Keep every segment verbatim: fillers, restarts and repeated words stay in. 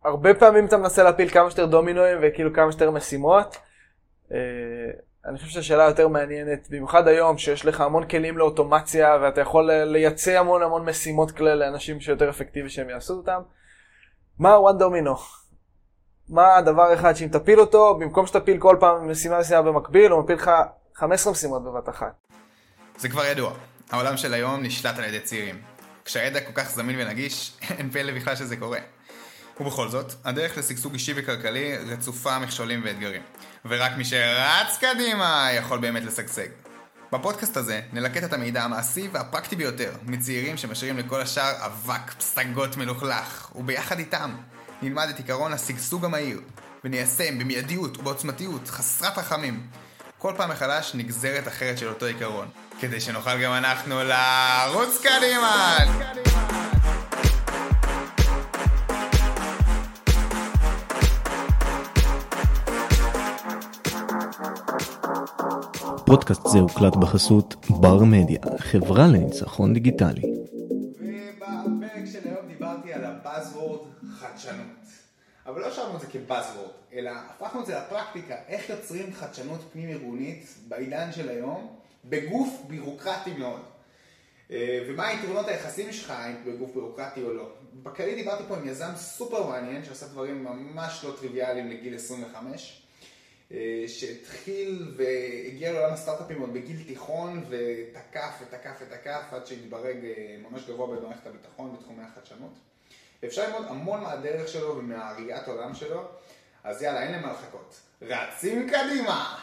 הרבה פעמים אתה מנסה להפיל כמה שיותר דומינואים וכאילו כמה שיותר משימות. אני חושב שהשאלה יותר מעניינת, במיוחד היום שיש לך המון כלים לאוטומציה ואתה יכול לייצא המון המון משימות כאלה לאנשים שיותר אפקטיבי שהם יעשו אותם. מה one domino? מה הדבר אחד שאם תפיל אותו, במקום שתפיל כל פעם משימה משימה במקביל, הוא מפיל לך חמש עשרה משימות בבת אחת. זה כבר ידוע, העולם של היום נשלט על ידי צעירים. כשהידע כל כך זמין ונגיש, אין פלא בכלל שזה קורה. ובכל זאת, הדרך לשגשוג אישי וכלכלי רצופה מכשולים ואתגרים. ורק מי שרץ קדימה יכול באמת לשגשג. בפודקאסט הזה נלקט את המידע המעשי והפרקטי ביותר מצעירים שמשאירים לכל השאר אבק פסגות מלוכלך, וביחד איתם נלמד את עיקרון השגשוג המהיר וניישם במיידיות ובעוצמתיות חסרת רחמים כל פעם מחדש נגזרת אחרת של אותו עיקרון, כדי שנוכל גם אנחנו לרוץ קדימה. פודקאסט זה הוקלט בחסות בר מדיה, חברה לניצחון דיגיטלי. ובפרק של היום דיברתי על הבאזוורד חדשנות. אבל לא שרנו את זה כבאזוורד, אלא הפכנו את זה לפרקטיקה, איך יוצרים חדשנות פנים ארגונית בעידן של היום, בגוף בירוקרטי מאוד. ומה היתרונות היחסים שלך בגוף בירוקרטי או לא. בכללי דיברתי פה עם יזם סופר מעניין, שעושה דברים ממש לא טריוויאליים לגיל עשרים וחמש, שהתחיל והגיע לעולם הסטארט-אפים עוד בגיל תיכון ותקף ותקף ותקף עד שהתברג ממש גבוה במערכת הביטחון בתחומי החדשנות. אפשר ללמוד המון מהדרך שלו ומהראיית העולם שלו, אז יאללה, אין למה לחכות. רצים קדימה!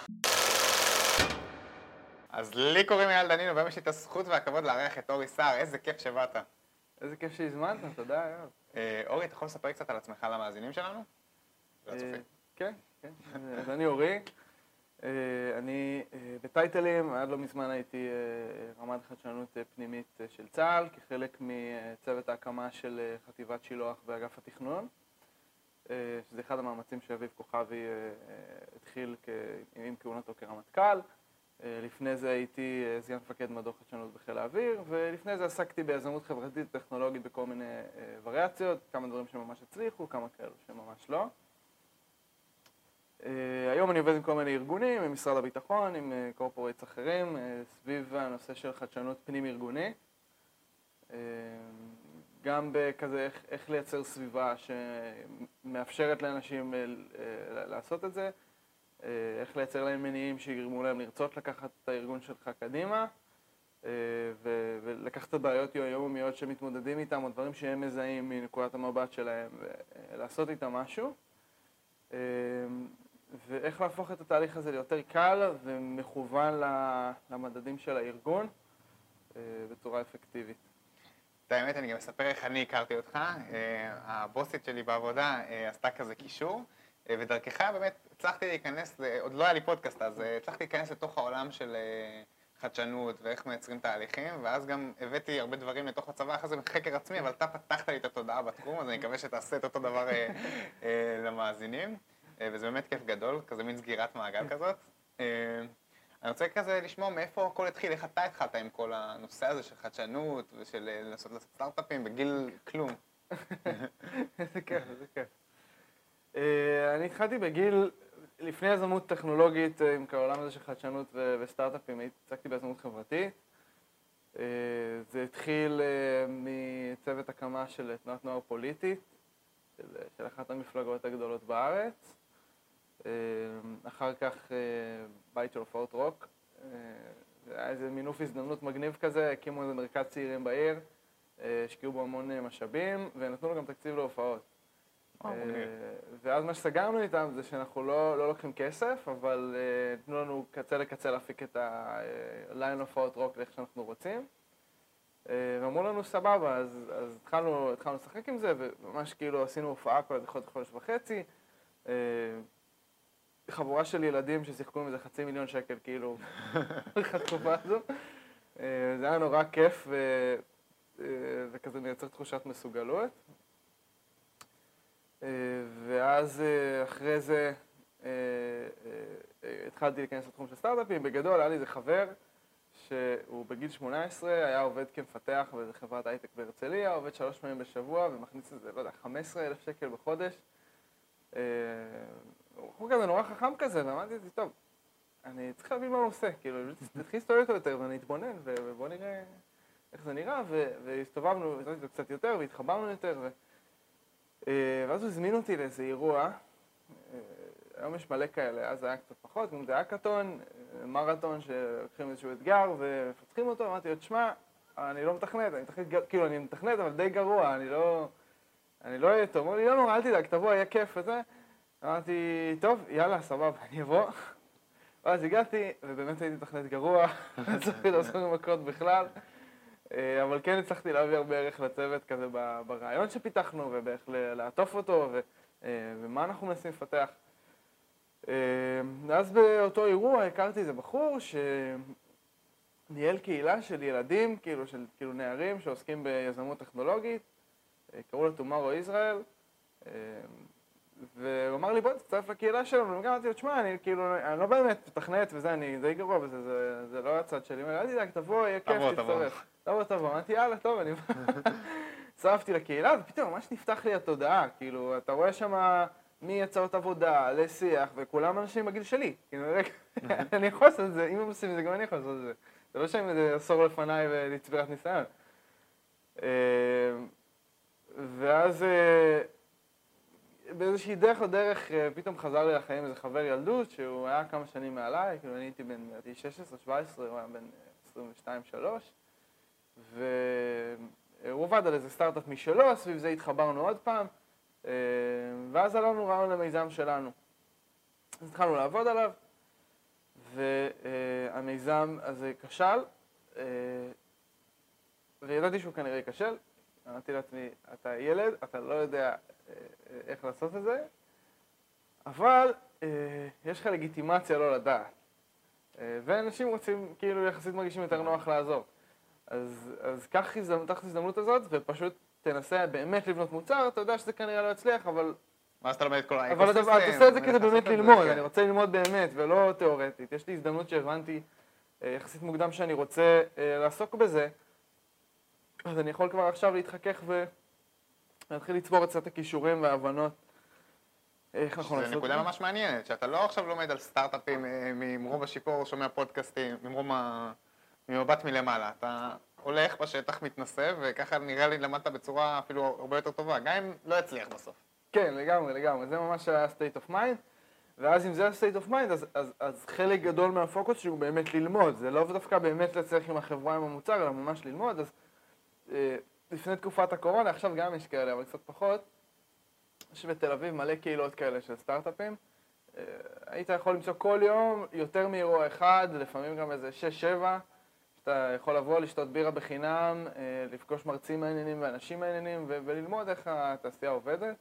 אז לי קוראים אייל דנינו, ויש לי את הזכות והכבוד לארח את אורי סער. איזה כיף שבאת. איזה כיף שהזמנת, תודה, יאללה. אורי, אתה יכול לספר קצת על עצמך למאזינים שלנו? כן, כן. אז אני אורי. אני בטייטלים, עד לא מזמן הייתי רמ"ד חדשנות פנימית של צה"ל, כחלק מצוות ההקמה של חטיבת שילוח באגף התכנון, שזה אחד המאמצים שאביב כוכבי התחיל עם כהונתו כרמטכ"ל. לפני זה הייתי סגן מפקד מדור חדשנות בחיל האוויר, ולפני זה עסקתי ביזמות חברתית טכנולוגית בכל מיני וריאציות, כמה דברים שממש הצליחו, כמה כאלו שממש לא. היום אני עובד עם כל מיני ארגונים, עם משרד הביטחון, עם קורפורייטס אחרים, סביב הנושא של חדשנות פנים ארגוני. גם בכזה איך, איך לייצר סביבה שמאפשרת לאנשים לעשות את זה, איך לייצר להם מניעים שיגרמו להם לרצות לקחת את הארגון שלך קדימה, ולקחת את הבעיות היומיומיות שמתמודדים איתם, או דברים שהם מזהים מנקודת המבט שלהם, ולעשות איתם משהו. ואיך להפוך את התהליך הזה ליותר קל ומכוון למדדים של הארגון בצורה אפקטיבית. את האמת, אני גם אספר איך אני הכרתי אותך. הבוסית שלי בעבודה עשתה כזה קישור, ודרכך באמת הצלחתי להיכנס, עוד לא היה לי פודקאסט, אז הצלחתי להיכנס לתוך העולם של חדשנות ואיך מייצרים תהליכים, ואז גם הבאתי הרבה דברים לתוך הצבא אחרי זה מחקר עצמי, אבל אתה פתחת לי את התודעה בתחום, אז אני מקווה שתעשה את אותו דבר למאזינים. וזה באמת כיף גדול, כזה מין סגירת מעגל כזאת. אני רוצה כזה לשמוע מאיפה הכל התחיל, איך אתה התחלת עם כל הנושא הזה של חדשנות ושל לנסות לעשות סטארט-אפים בגיל כלום. איזה כיף, איזה כיף. אני התחלתי בגיל, לפני יזמות טכנולוגית עם כל העולם הזה של חדשנות וסטארט-אפים, התעסקתי ביזמות חברתית. זה התחיל מצוות הקמה של תנועת נוער פוליטית, של אחת המפלגות הגדולות בארץ. אחר כך בית של הופעות רוק. זה היה איזה מינוף הזדמנות מגניב כזה, הקימו איזה מרכז צעירים בעיר, השקיעו בו המון משאבים, ונתנו לו גם תקציב להופעות. ואז מה שסגרנו איתם זה שאנחנו לא, לא לוקחים כסף, אבל נתנו לנו קצה לקצה להפיק את הליין הופעות רוק לאיך שאנחנו רוצים. ואמרו לנו סבבה, אז, אז התחלנו, התחלנו לשחק עם זה, וממש כאילו עשינו הופעה כל איזה חודש, חודש וחצי. חבורה של ילדים ששיחקו עם איזה חצי מיליון שקל, כאילו, בתקופה הזו. זה היה נורא כיף, ו, וכזה מייצר תחושת מסוגלות. ואז אחרי זה התחלתי להיכנס לתחום של סטארט-אפים. בגדול היה לי איזה חבר שהוא בגיל שמונה עשרה היה עובד כמפתח באיזה חברת הייטק בהרצליה, עובד שלוש פעמים בשבוע ומכניס את זה, לא יודע, חמישה עשר אלף שקל בחודש. הוא כזה נורא חכם כזה, ואמרתי לי, טוב, אני צריך להבין מה הוא עושה, כאילו, תתחיל להסתובב אותו יותר ואני אתבונן, ובוא נראה איך זה נראה, והסתובבנו קצת יותר והתחברנו יותר, ואז הוא הזמין אותי לאיזה אירוע, היום יש מלא כאלה, אז היה קצת פחות, גם זה האקתון, מרתון שלוקחים איזשהו אתגר ומפתחים אותו, אמרתי לו, תשמע, אני לא מתכנת, אני מתכנת, כאילו אני מתכנת, אבל די גרוע, אני לא, אני לא אהיה טוב, אמרו לי, לא נורא, אל תדאג, תבוא, יהיה כיף וזה, אמרתי, טוב, יאללה, סבבה, אני אבוא, ואז הגעתי, ובאמת הייתי מתכנת גרוע, לא צריך לעשות מכות בכלל, אבל כן הצלחתי להביא הרבה ערך לצוות כזה ברעיון שפיתחנו, ובאיך לעטוף אותו, ומה אנחנו מנסים לפתח. אז באותו אירוע הכרתי איזה בחור שניהל קהילה של ילדים, כאילו של כאילו נערים שעוסקים ביזמות טכנולוגית, קראו לו Tomorrow Israel, והוא אמר לי בוא תצטרף לקהילה שלנו, וגם אמרתי לו, תשמע, אני כאילו, אני לא באמת מתכנת וזה, אני די גרוע בזה, זה, זה לא הצד שלי, אל תדאג, תבוא, יהיה כיף, תצטרף. תבוא, תבוא, אמרתי, יאללה, טוב, אני צרפתי לקהילה, ופתאום ממש נפתח לי התודעה, כאילו, אתה רואה שמה מי יצאות עבודה, לשיח, וכולם אנשים בגיל שלי. כאילו, אני יכול לעשות את זה, אם הם עושים את זה, גם אני יכול לעשות את זה. זה לא שהם איזה עשור לפניי ולצבירת ניסיון. ואז באיזושהי דרך או דרך, פתאום חזר לי לחיים איזה חבר ילדות, שהוא היה כמה שנים מעליי, כאילו אני הייתי בן שש עשרה שבע עשרה, הוא היה בן עשרים ושתיים שלוש, והוא עבד על איזה סטארט-אפ משלו, סביב זה התחברנו עוד פעם, ואז עלינו רעיון למיזם שלנו. אז התחלנו לעבוד עליו, והמיזם הזה כשל, וידעתי שהוא כנראה ייכשל. אמרתי לעצמי, אתה ילד, אתה לא יודע איך לעשות את זה, אבל יש לך לגיטימציה לא לדעת. ואנשים רוצים, כאילו יחסית מרגישים יותר נוח לעזור. אז, אז קח הזדמנות הזאת, ופשוט תנסה באמת לבנות מוצר, אתה יודע שזה כנראה לא יצליח, אבל... ואז אתה לומד את כל האקוסיסטם. אבל אתה עושה את זה כדי באמת ללמוד, אני רוצה ללמוד באמת, ולא תיאורטית. יש לי הזדמנות שהבנתי יחסית מוקדם שאני רוצה לעסוק בזה, אז אני יכול כבר עכשיו להתחכך ולהתחיל לצבור את קצת הכישורים וההבנות. איך אנחנו לעשות? זו נקודה ממש מעניינת, שאתה לא עכשיו לומד על סטארט-אפים ממרום השיפור, שומע פודקאסטים, ממרום ממבט מלמעלה. אתה הולך בשטח, מתנסה, וככה נראה לי למדת בצורה אפילו הרבה יותר טובה, גם אם לא יצליח בסוף. כן, לגמרי, לגמרי. זה ממש ה-state of mind, ואז אם זה ה-state of mind, אז, אז, אז חלק גדול מהפוקוס שהוא באמת ללמוד. זה לא דווקא באמת להצליח עם החברה, עם המוצר, אלא ממש ללמוד. אז אה, לפני תקופת הקורונה, עכשיו גם יש כאלה, אבל קצת פחות, יש בתל אביב מלא קהילות כאלה של סטארט-אפים. אה, היית יכול למצוא כל יום יותר מאירוע אחד, לפעמים גם איזה שש שבע, אתה יכול לבוא, לשתות בירה בחינם, לפגוש מרצים מעניינים ואנשים מעניינים וללמוד איך התעשייה עובדת.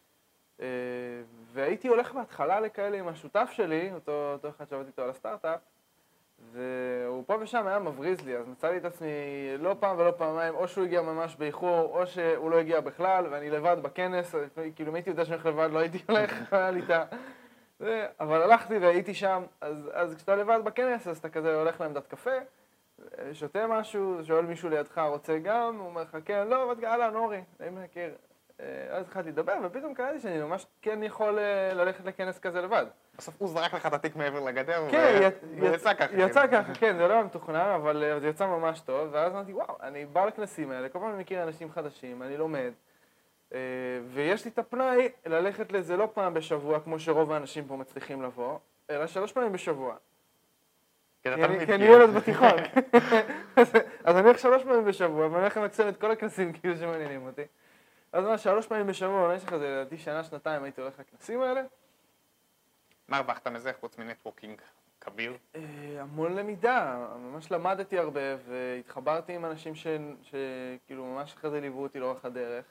והייתי הולך בהתחלה לכאלה עם השותף שלי, אותו, אותו אחד שעבדתי איתו על הסטארט-אפ, והוא פה ושם היה מבריז לי, אז מצאתי את עצמי לא פעם ולא פעמיים, או שהוא הגיע ממש באיחור, או שהוא לא הגיע בכלל, ואני לבד בכנס, כאילו אם הייתי יודע שאני הולך לבד, לא הייתי הולך, היה לי את ה... אבל הלכתי והייתי שם, אז, אז כשאתה לבד בכנס, אז אתה כזה הולך לעמדת קפה, שותה משהו, שואל מישהו לידך, רוצה גם? הוא אומר לך, כן, לא, אבל יאללה, נורי, אני מכיר. אז התחלתי לדבר, ופתאום קראתי שאני ממש כן יכול ללכת לכנס כזה לבד. בסוף הוא זרק לך את התיק מעבר לגדר, ויצא ככה. יצא ככה, כן, זה לא היה מתוכנן, אבל זה יצא ממש טוב, ואז אמרתי, וואו, אני בא לכנסים האלה, כל פעם אני מכיר אנשים חדשים, אני לומד, ויש לי את הפנאי ללכת לזה לא פעם בשבוע, כמו שרוב האנשים פה מצליחים לבוא, אלא שלוש פעמים בשבוע. כי אני ילד בתיכון. אז אני הולך שלוש פעמים בשבוע, ואני הולך למצוא את כל הכנסים כאילו שמעניינים אותי. אז מה, שלוש פעמים בשבוע, אני חושב שזה לדעתי שנה, שנתיים הייתי הולך לכנסים האלה. מה הרווחת מזה חוץ מנטוורקינג כביר? המון למידה, ממש למדתי הרבה והתחברתי עם אנשים שכאילו ממש אחרי זה ליוו אותי לאורך הדרך.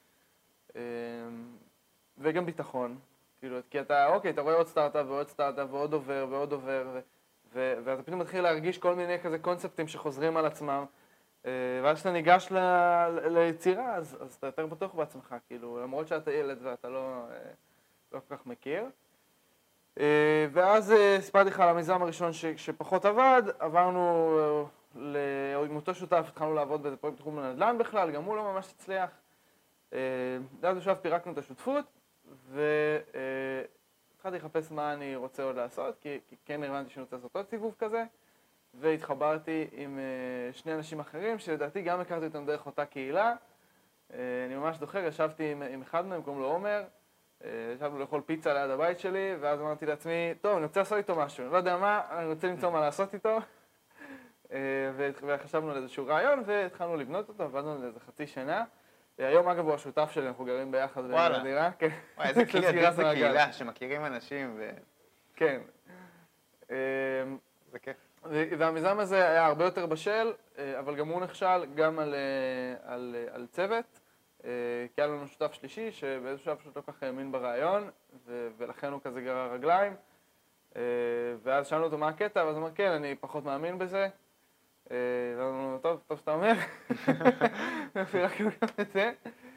וגם ביטחון. כי אתה, אוקיי, אתה רואה עוד סטארט-אפ ועוד סטארט-אפ ועוד עובר ועוד עובר ואתה פתאום מתחיל להרגיש כל מיני כזה קונספטים שחוזרים על עצמם, ואז כשאתה ניגש ליצירה, אז, אז אתה יותר בטוח בעצמך, כאילו, למרות שאתה ילד ואתה לא, לא כל כך מכיר. ואז סיפרתי לך על המיזם הראשון ש, שפחות עבד, עברנו עם אותו שותף התחלנו לעבוד באיזה פרויקט תחום הנדל"ן בכלל, גם הוא לא ממש הצליח. ואז עכשיו פירקנו את השותפות, והתחלתי לחפש מה אני רוצה עוד לעשות, כי כן הבנתי שאני רוצה לעשות עוד סיבוב כזה, והתחברתי עם שני אנשים אחרים, שלדעתי גם הכרתי אותם דרך אותה קהילה. אני ממש זוכר, ישבתי עם אחד מהם, קוראים לו עומר, ישבנו לאכול פיצה ליד הבית שלי, ואז אמרתי לעצמי, טוב, אני רוצה לעשות איתו משהו, אני לא יודע מה, אני רוצה למצוא מה לעשות איתו. וחשבנו על איזשהו רעיון, והתחלנו לבנות אותו, עבדנו על איזה חצי שנה. היום, אגב, הוא השותף שלי, אנחנו גרים ביחד בדירה. וואי, איזה קהילה שמכירים אנשים ו... כן. זה כיף. והמיזם הזה היה הרבה יותר בשל, אבל גם הוא נכשל גם על צוות. כי היה לנו שותף שלישי, שבאיזשהו שלב פשוט לא כך האמין ברעיון, ולכן הוא כזה גרר רגליים. ואז שאלנו אותו מה הקטע, ואז הוא אמר, כן, אני פחות מאמין בזה. ואמרנו, טוב, טוב שאתה אומר. ופירקנו גם את זה.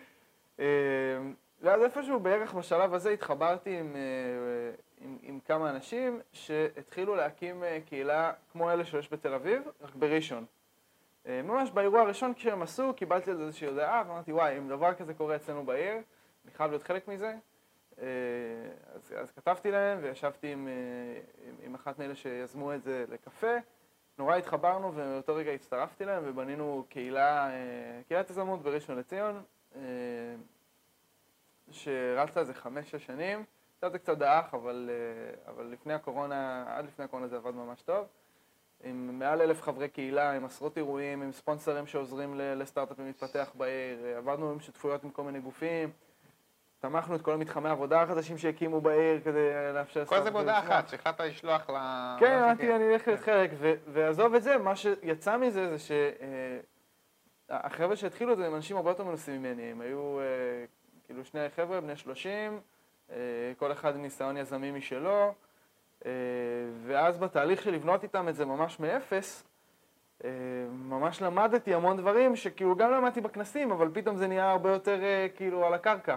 ואז איפשהו בערך בשלב הזה התחברתי עם, עם, עם כמה אנשים שהתחילו להקים קהילה כמו אלה שיש בתל אביב, רק בראשון. ממש באירוע הראשון כשהם עשו, קיבלתי על זה איזושהי הודעה, ואמרתי, וואי, אם דבר כזה קורה אצלנו בעיר, אני חייב להיות חלק מזה. אז, אז כתבתי להם וישבתי עם, עם, עם אחת מאלה שיזמו את זה לקפה. נורא התחברנו ובאותו רגע הצטרפתי להם ובנינו קהילה, קהילת יזמות בראשון לציון, שרצה איזה חמש-שש שנים. זה קצת דאח, אבל, אבל לפני הקורונה, עד לפני הקורונה זה עבד ממש טוב. עם מעל אלף חברי קהילה, עם עשרות אירועים, עם ספונסרים שעוזרים לסטארט-אפים להתפתח בעיר. עבדנו עם שותפויות עם כל מיני גופים. תמכנו את כל המתחמי העבודה החדשים שהקימו בעיר כדי לאפשר... כל זה בעודה אחת, שהחלטת לשלוח ל... כן, אמרתי, אני אלך להיות חלק, ועזוב את זה, מה שיצא מזה זה שהחבר'ה שהתחילו את זה הם אנשים הרבה יותר מנוסים ממני, הם היו כאילו שני חבר'ה, בני שלושים, כל אחד עם ניסיון יזמי משלו, ואז בתהליך של לבנות איתם את זה ממש מאפס, ממש למדתי המון דברים שכאילו גם למדתי בכנסים, אבל פתאום זה נהיה הרבה יותר כאילו על הקרקע.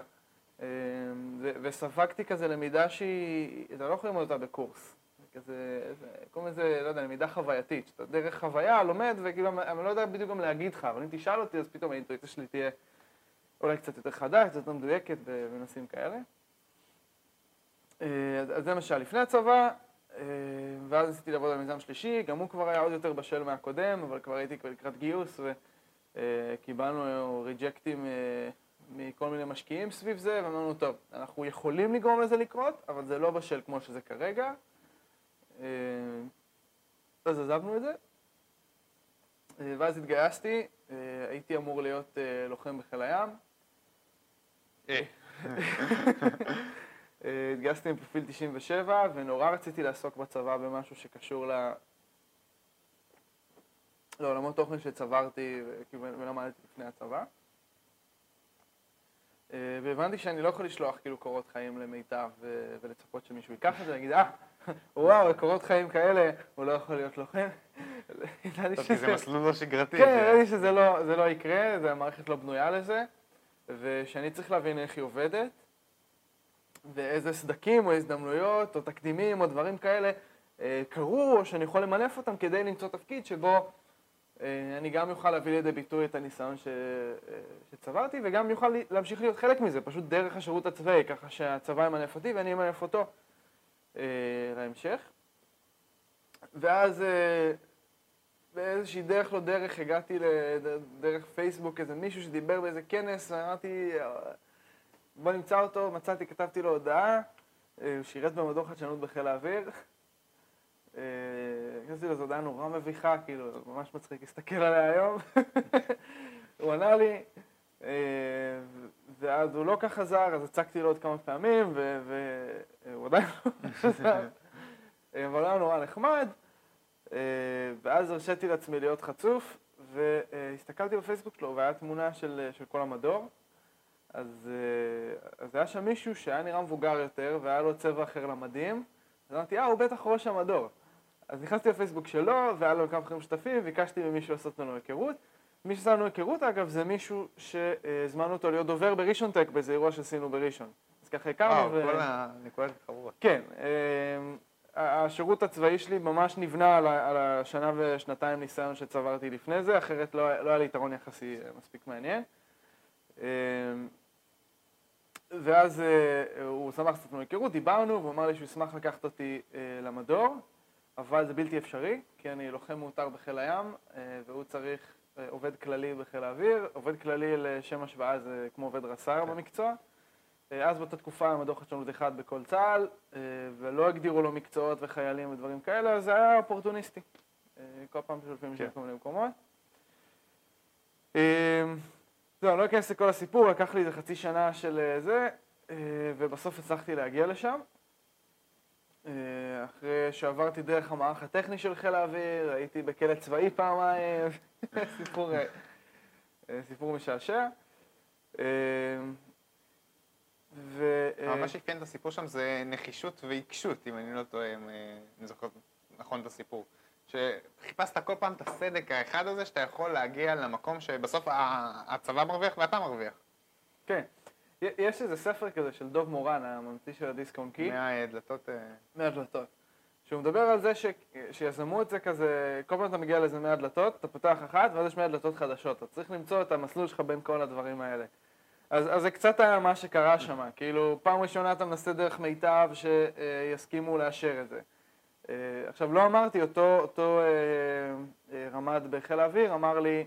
וספגתי כזה למידה שהיא, אתה לא יכול ללמוד אותה בקורס. כזה, קוראים לזה, לא יודע, למידה חווייתית. שאתה דרך חוויה לומד, וכאילו, אני לא יודע בדיוק גם להגיד לך, אבל אם תשאל אותי, אז פתאום האינטואיציה שלי תהיה אולי קצת יותר חדה, קצת יותר מדויקת בנושאים כאלה. אז זה משל לפני הצבא, ואז ניסיתי לעבוד על מיזם שלישי, גם הוא כבר היה עוד יותר בשל מהקודם, אבל כבר הייתי כבר לקראת גיוס, וקיבלנו ריג'קטים מכל מיני משקיעים סביב זה, ואמרנו, טוב, אנחנו יכולים לגרום לזה לקרות, אבל זה לא בשל כמו שזה כרגע. אז עזבנו את זה, ואז התגייסתי, הייתי אמור להיות לוחם בחיל הים. התגייסתי עם פרופיל תשעים ושבע, ונורא רציתי לעסוק בצבא במשהו שקשור ל... לעולמות תוכן שצברתי ולמדתי לפני הצבא. והבנתי שאני לא יכול לשלוח כאילו קורות חיים למיטב ולצפות שמישהו ייקח את זה, להגיד, אה, וואו, קורות חיים כאלה, הוא לא יכול להיות לוחם. טוב, כי זה מסלול לא שגרתי. כן, ידעתי שזה לא יקרה, המערכת לא בנויה לזה, ושאני צריך להבין איך היא עובדת, ואיזה סדקים או הזדמנויות או תקדימים או דברים כאלה קרו, או שאני יכול למנף אותם כדי למצוא תפקיד שבו אני גם יוכל להביא לידי ביטוי את הניסיון ש... שצברתי, וגם יוכל להמשיך להיות חלק מזה, פשוט דרך השירות הצבאי, ככה שהצבא ימנף אותי ואני ימנף אותו אה, להמשך. ואז אה, באיזושהי דרך לא דרך הגעתי לדרך פייסבוק, איזה מישהו שדיבר באיזה כנס, ואמרתי, בוא נמצא אותו, מצאתי, כתבתי לו הודעה, הוא שירת במדור חדשנות בחיל האוויר. נכנסתי לזו הודעה נורא מביכה, כאילו, ממש מצחיק להסתכל עליה היום. הוא ענה לי, ואז הוא לא כך חזר, אז הצקתי לו עוד כמה פעמים, והוא עדיין לא חזר. אבל היה נורא נחמד, ואז הרשיתי לעצמי להיות חצוף, והסתכלתי בפייסבוק שלו, והיה תמונה של כל המדור. אז היה שם מישהו שהיה נראה מבוגר יותר, והיה לו צבע אחר למדים. אז אמרתי, אה, הוא בטח ראש המדור. אז נכנסתי לפייסבוק שלו, והיה לו כמה חברים שותפים, וביקשתי ממישהו לעשות לנו היכרות. מי שעשה לנו היכרות, אגב, זה מישהו שהזמנו אותו להיות דובר בראשון טק, באיזה אירוע שעשינו בראשון. אז ככה הכרנו. וואו, כל הנקודות חבורות. כן. השירות הצבאי שלי ממש נבנה על ה- על השנה ושנתיים ניסיון שצברתי לפני זה, אחרת לא, לא היה לי יתרון יחסי מספיק מעניין. ואז הוא שמח לעשות לנו היכרות, דיברנו, והוא אמר לי שהוא ישמח לקחת אותי למדור, אבל זה בלתי אפשרי, כי אני לוחם מאותר בחיל הים, והוא צריך עובד כללי בחיל האוויר. עובד כללי לשם השוואה זה כמו עובד רס"ר במקצוע. אז באותה תקופה מדור חדשנות אחד בכל צה"ל, ולא הגדירו לו מקצועות וחיילים ודברים כאלה, אז זה היה אופורטוניסטי. כל פעם שולפים משם כל מיני מקומות. זהו, אני לא אכנס לכל הסיפור, לקח לי איזה חצי שנה של זה, ובסוף הצלחתי להגיע לשם. אחרי שעברתי דרך המערך הטכני של חיל האוויר, הייתי בכלא צבאי פעמיים, סיפור, סיפור משעשע. ו... מה שכן את הסיפור שם זה נחישות ועיקשות, אם אני לא טועה, אם אני זוכר נכון את הסיפור. שחיפשת כל פעם את הסדק האחד הזה, שאתה יכול להגיע למקום שבסוף הצבא מרוויח ואתה מרוויח. כן. יש איזה ספר כזה של דוב מורן, הממציא של הדיסק און קי. מהדלתות... מהדלתות. שהוא מדבר על זה ש... שיזמו את זה כזה, כל פעם אתה מגיע לאיזה מאה דלתות, אתה פותח אחת ואז יש מאה דלתות חדשות. אתה צריך למצוא את המסלול שלך בין כל הדברים האלה. אז, אז זה קצת היה מה שקרה שם, כאילו פעם ראשונה אתה מנסה דרך מיטב שיסכימו לאשר את זה. עכשיו לא אמרתי, אותו, אותו רמ"ד בחיל האוויר אמר לי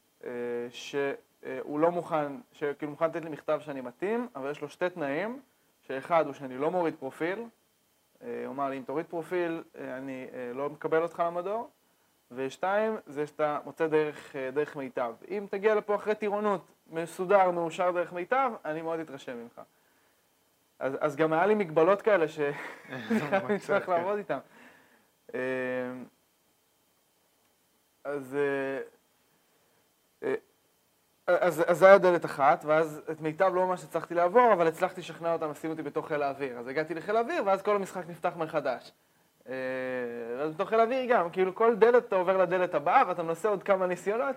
שהוא לא מוכן, שכאילו מוכן לתת לי מכתב שאני מתאים, אבל יש לו שתי תנאים, שאחד הוא שאני לא מוריד פרופיל, הוא אמר לי אם תוריד פרופיל אני לא מקבל אותך למדור, ושתיים זה שאתה מוצא דרך, דרך מיטב. אם תגיע לפה אחרי טירונות, מסודר, מאושר דרך מיטב, אני מאוד אתרשם ממך. אז, אז גם היה לי מגבלות כאלה שאני צריך לעבוד איתם. אז, אז, אז זה היה דלת אחת, ואז את מיטב לא ממש הצלחתי לעבור, אבל הצלחתי לשכנע אותם, לשים אותי בתוך חיל האוויר. אז הגעתי לחיל האוויר, ואז כל המשחק נפתח מחדש. אז בתוך חיל האוויר גם, כאילו כל דלת אתה עובר לדלת הבאה, ואתה מנסה עוד כמה ניסיונות,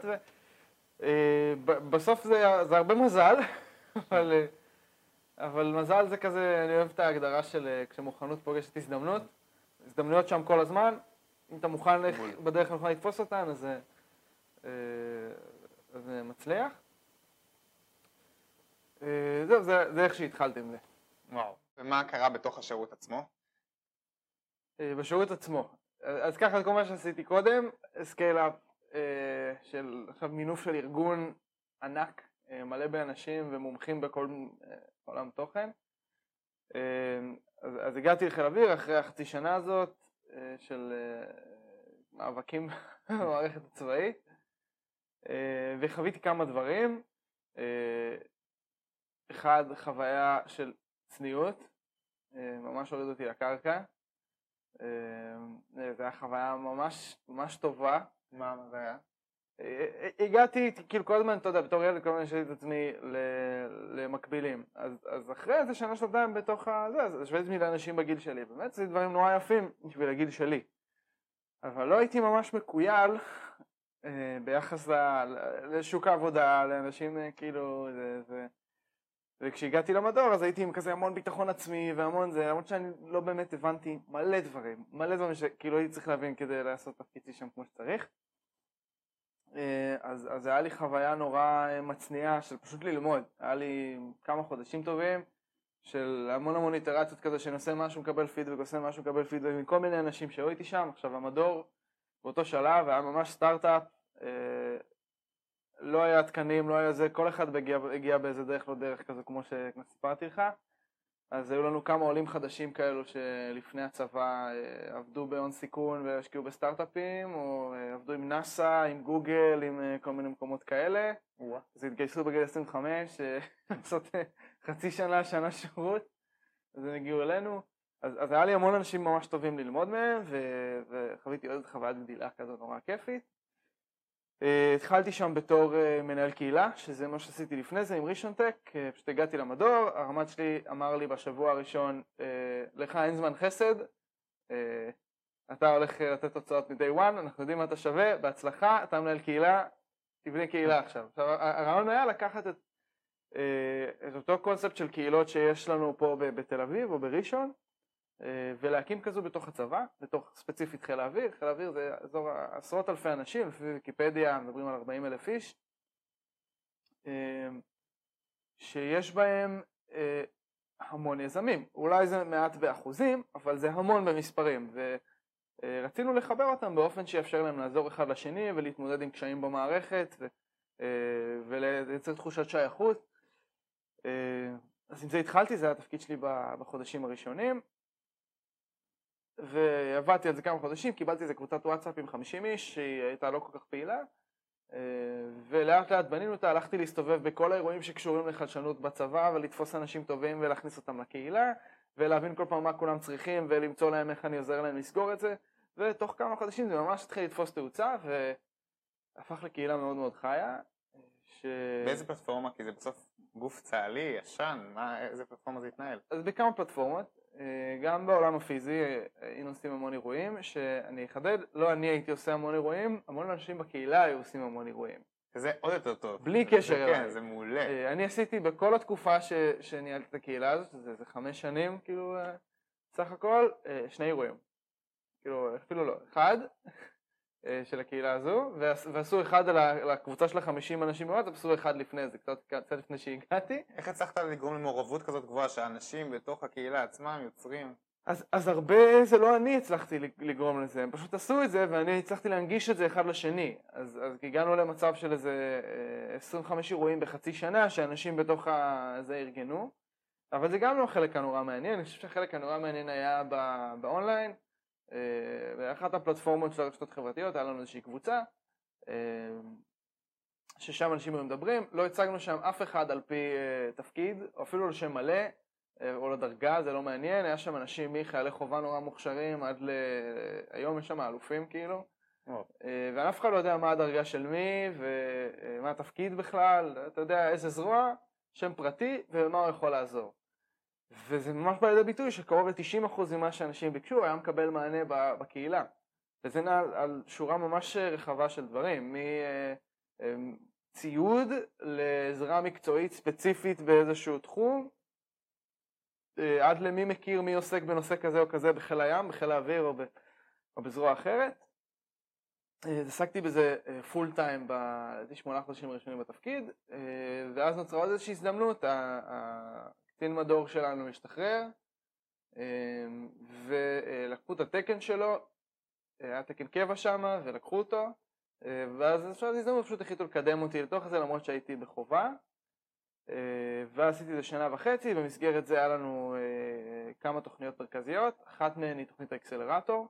ובסוף זה, זה הרבה מזל, אבל, אבל מזל זה כזה, אני אוהב את ההגדרה של כשמוכנות פוגשת הזדמנות, הזדמנויות שם כל הזמן, אם אתה מוכן בדרך הנכונה לתפוס אותן, אז זה מצליח. זהו, זה, זה איך שהתחלתי עם זה. וואו. ומה קרה בתוך השירות עצמו? בשירות עצמו. אז ככה, כל מה שעשיתי קודם, סקייל-אפ של עכשיו מינוף של ארגון ענק, מלא באנשים ומומחים בכל עולם תוכן. אז, אז הגעתי לחיל האוויר אחרי החצי שנה הזאת של מאבקים במערכת הצבאית, וחוויתי כמה דברים. אחד, חוויה של צניעות, ממש הוריד אותי לקרקע. זו הייתה חוויה ממש, ממש טובה. מה זה היה? הגעתי, כאילו כל הזמן, אתה יודע, בתור ילד, כל הזמן שאלתי את עצמי למקבילים. אז, אז אחרי איזה שנה שנתיים בתוך הזה, אז השוויתי עצמי לאנשים בגיל שלי. באמת, זה דברים נורא יפים בשביל הגיל שלי. אבל לא הייתי ממש מקוייל ביחס לשוק העבודה, לאנשים כאילו, זה, זה... וכשהגעתי למדור אז הייתי עם כזה המון ביטחון עצמי והמון זה, למרות שאני לא באמת הבנתי מלא דברים, מלא דברים שכאילו הייתי צריך להבין כדי לעשות תפקידי שם כמו שצריך. אז, אז היה לי חוויה נורא מצניעה של פשוט ללמוד. היה לי כמה חודשים טובים של המון המון איטרציות כזה שנושא משהו מקבל פידבק, עושה משהו מקבל פידבק מכל מיני אנשים שהיו איתי שם. עכשיו המדור באותו שלב היה ממש סטארט-אפ, לא היה תקנים, לא היה זה, כל אחד הגיע, הגיע באיזה דרך לא דרך כזה כמו שסיפרתי לך. אז היו לנו כמה עולים חדשים כאלו שלפני הצבא עבדו בהון סיכון והשקיעו בסטארט-אפים, או עבדו עם נאסא, עם גוגל, עם כל מיני מקומות כאלה. אז התגייסו בגיל עשרים וחמש, לעשות חצי שנה, שנה שירות, אז הם הגיעו אלינו. אז, אז היה לי המון אנשים ממש טובים ללמוד מהם, ו- וחוויתי עוד חוויית גדילה כזאת נורא כיפית. התחלתי שם בתור מנהל קהילה, שזה מה שעשיתי לפני זה עם ראשון טק. פשוט הגעתי למדור, הרמ"ד שלי אמר לי בשבוע הראשון, לך אין זמן חסד, אתה הולך לתת תוצאות מ-day one, אנחנו יודעים מה אתה שווה, בהצלחה, אתה מנהל קהילה, תבנה קהילה עכשיו. עכשיו, הרעיון היה לקחת את, את אותו קונספט של קהילות שיש לנו פה בתל אביב או בראשון, ולהקים כזו בתוך הצבא, בתוך ספציפית חיל האוויר. חיל האוויר זה אזור עשרות אלפי אנשים, לפי ויקיפדיה מדברים על ארבעים אלף איש, שיש בהם המון יזמים. אולי זה מעט באחוזים, אבל זה המון במספרים, ורצינו לחבר אותם באופן שיאפשר להם לעזור אחד לשני ולהתמודד עם קשיים במערכת ולייצר תחושת שייכות. אז עם זה התחלתי, זה היה התפקיד שלי בחודשים הראשונים, ועבדתי על זה כמה חודשים, קיבלתי איזה קבוצת וואטסאפ עם חמישים איש שהיא הייתה לא כל כך פעילה, ולאט לאט בנינו אותה. הלכתי להסתובב בכל האירועים שקשורים לחדשנות בצבא ולתפוס אנשים טובים ולהכניס אותם לקהילה ולהבין כל פעם מה כולם צריכים ולמצוא להם איך אני עוזר להם לסגור את זה, ותוך כמה חודשים זה ממש התחיל לתפוס תאוצה והפך לקהילה מאוד מאוד חיה. ש... באיזה פלטפורמה? כי זה בסוף גוף צה"לי, ישן, מה, איזה פלטפורמה זה התנהל? אז בכמה פלטפורמות, גם בעולם הפיזי היינו עושים המון אירועים, שאני אחדד, לא אני הייתי עושה המון אירועים, המון אנשים בקהילה היו עושים המון אירועים. זה עוד יותר טוב. בלי קשר אליי. כן, זה מעולה. אני עשיתי בכל התקופה ש... שניהלתי את הקהילה הזאת, זה, זה חמש שנים, כאילו, סך הכל, שני אירועים. כאילו, אפילו לא, אחד של הקהילה הזו, ועשו אחד על הקבוצה של החמישים אנשים מאוד, עשו אחד לפני זה, קצת, קצת לפני שהגעתי. איך הצלחת לגרום למעורבות כזאת גבוהה שהאנשים בתוך הקהילה עצמם יוצרים? אז, אז הרבה זה לא אני הצלחתי לגרום לזה, הם פשוט עשו את זה ואני הצלחתי להנגיש את זה אחד לשני. אז, אז הגענו למצב של איזה עשרים וחמישה אירועים בחצי שנה שאנשים בתוך זה ארגנו, אבל זה גם לא החלק הנורא מעניין. אני חושב שהחלק הנורא מעניין היה בא, באונליין, באחת הפלטפורמות של הרשתות חברתיות, היה לנו איזושהי קבוצה, ששם אנשים היו מדברים, לא הצגנו שם אף אחד על פי תפקיד, או אפילו לשם מלא, או לדרגה, זה לא מעניין. היה שם אנשים מחיילי חובה נורא מוכשרים עד ל... היום יש שם אלופים כאילו, ואף אחד לא יודע מה הדרגה של מי ומה התפקיד בכלל, אתה יודע איזה זרוע, שם פרטי ומה הוא יכול לעזור. וזה ממש בא לידי ביטוי שקרוב ל-תשעים אחוז ממה שאנשים ביקשו היה מקבל מענה בקהילה. וזה נע על שורה ממש רחבה של דברים, מציוד לעזרה מקצועית ספציפית באיזשהו תחום, עד למי מכיר מי עוסק בנושא כזה או כזה בחיל הים, בחיל האוויר או, ב, או בזרוע אחרת. עסקתי בזה פול טיים בשמונה חודשים הראשונים בתפקיד, ואז נוצרה עוד איזושהי הזדמנות. הקצין מדור שלנו השתחרר, ולקחו את התקן שלו, היה תקן קבע שם, ולקחו אותו, ואז עכשיו הזדמנות פשוט החליטו לקדם אותי לתוך זה למרות שהייתי בחובה. ואז עשיתי זה שנה וחצי. במסגרת זה היה לנו כמה תוכניות מרכזיות, אחת מהן היא תוכנית האקסלרטור,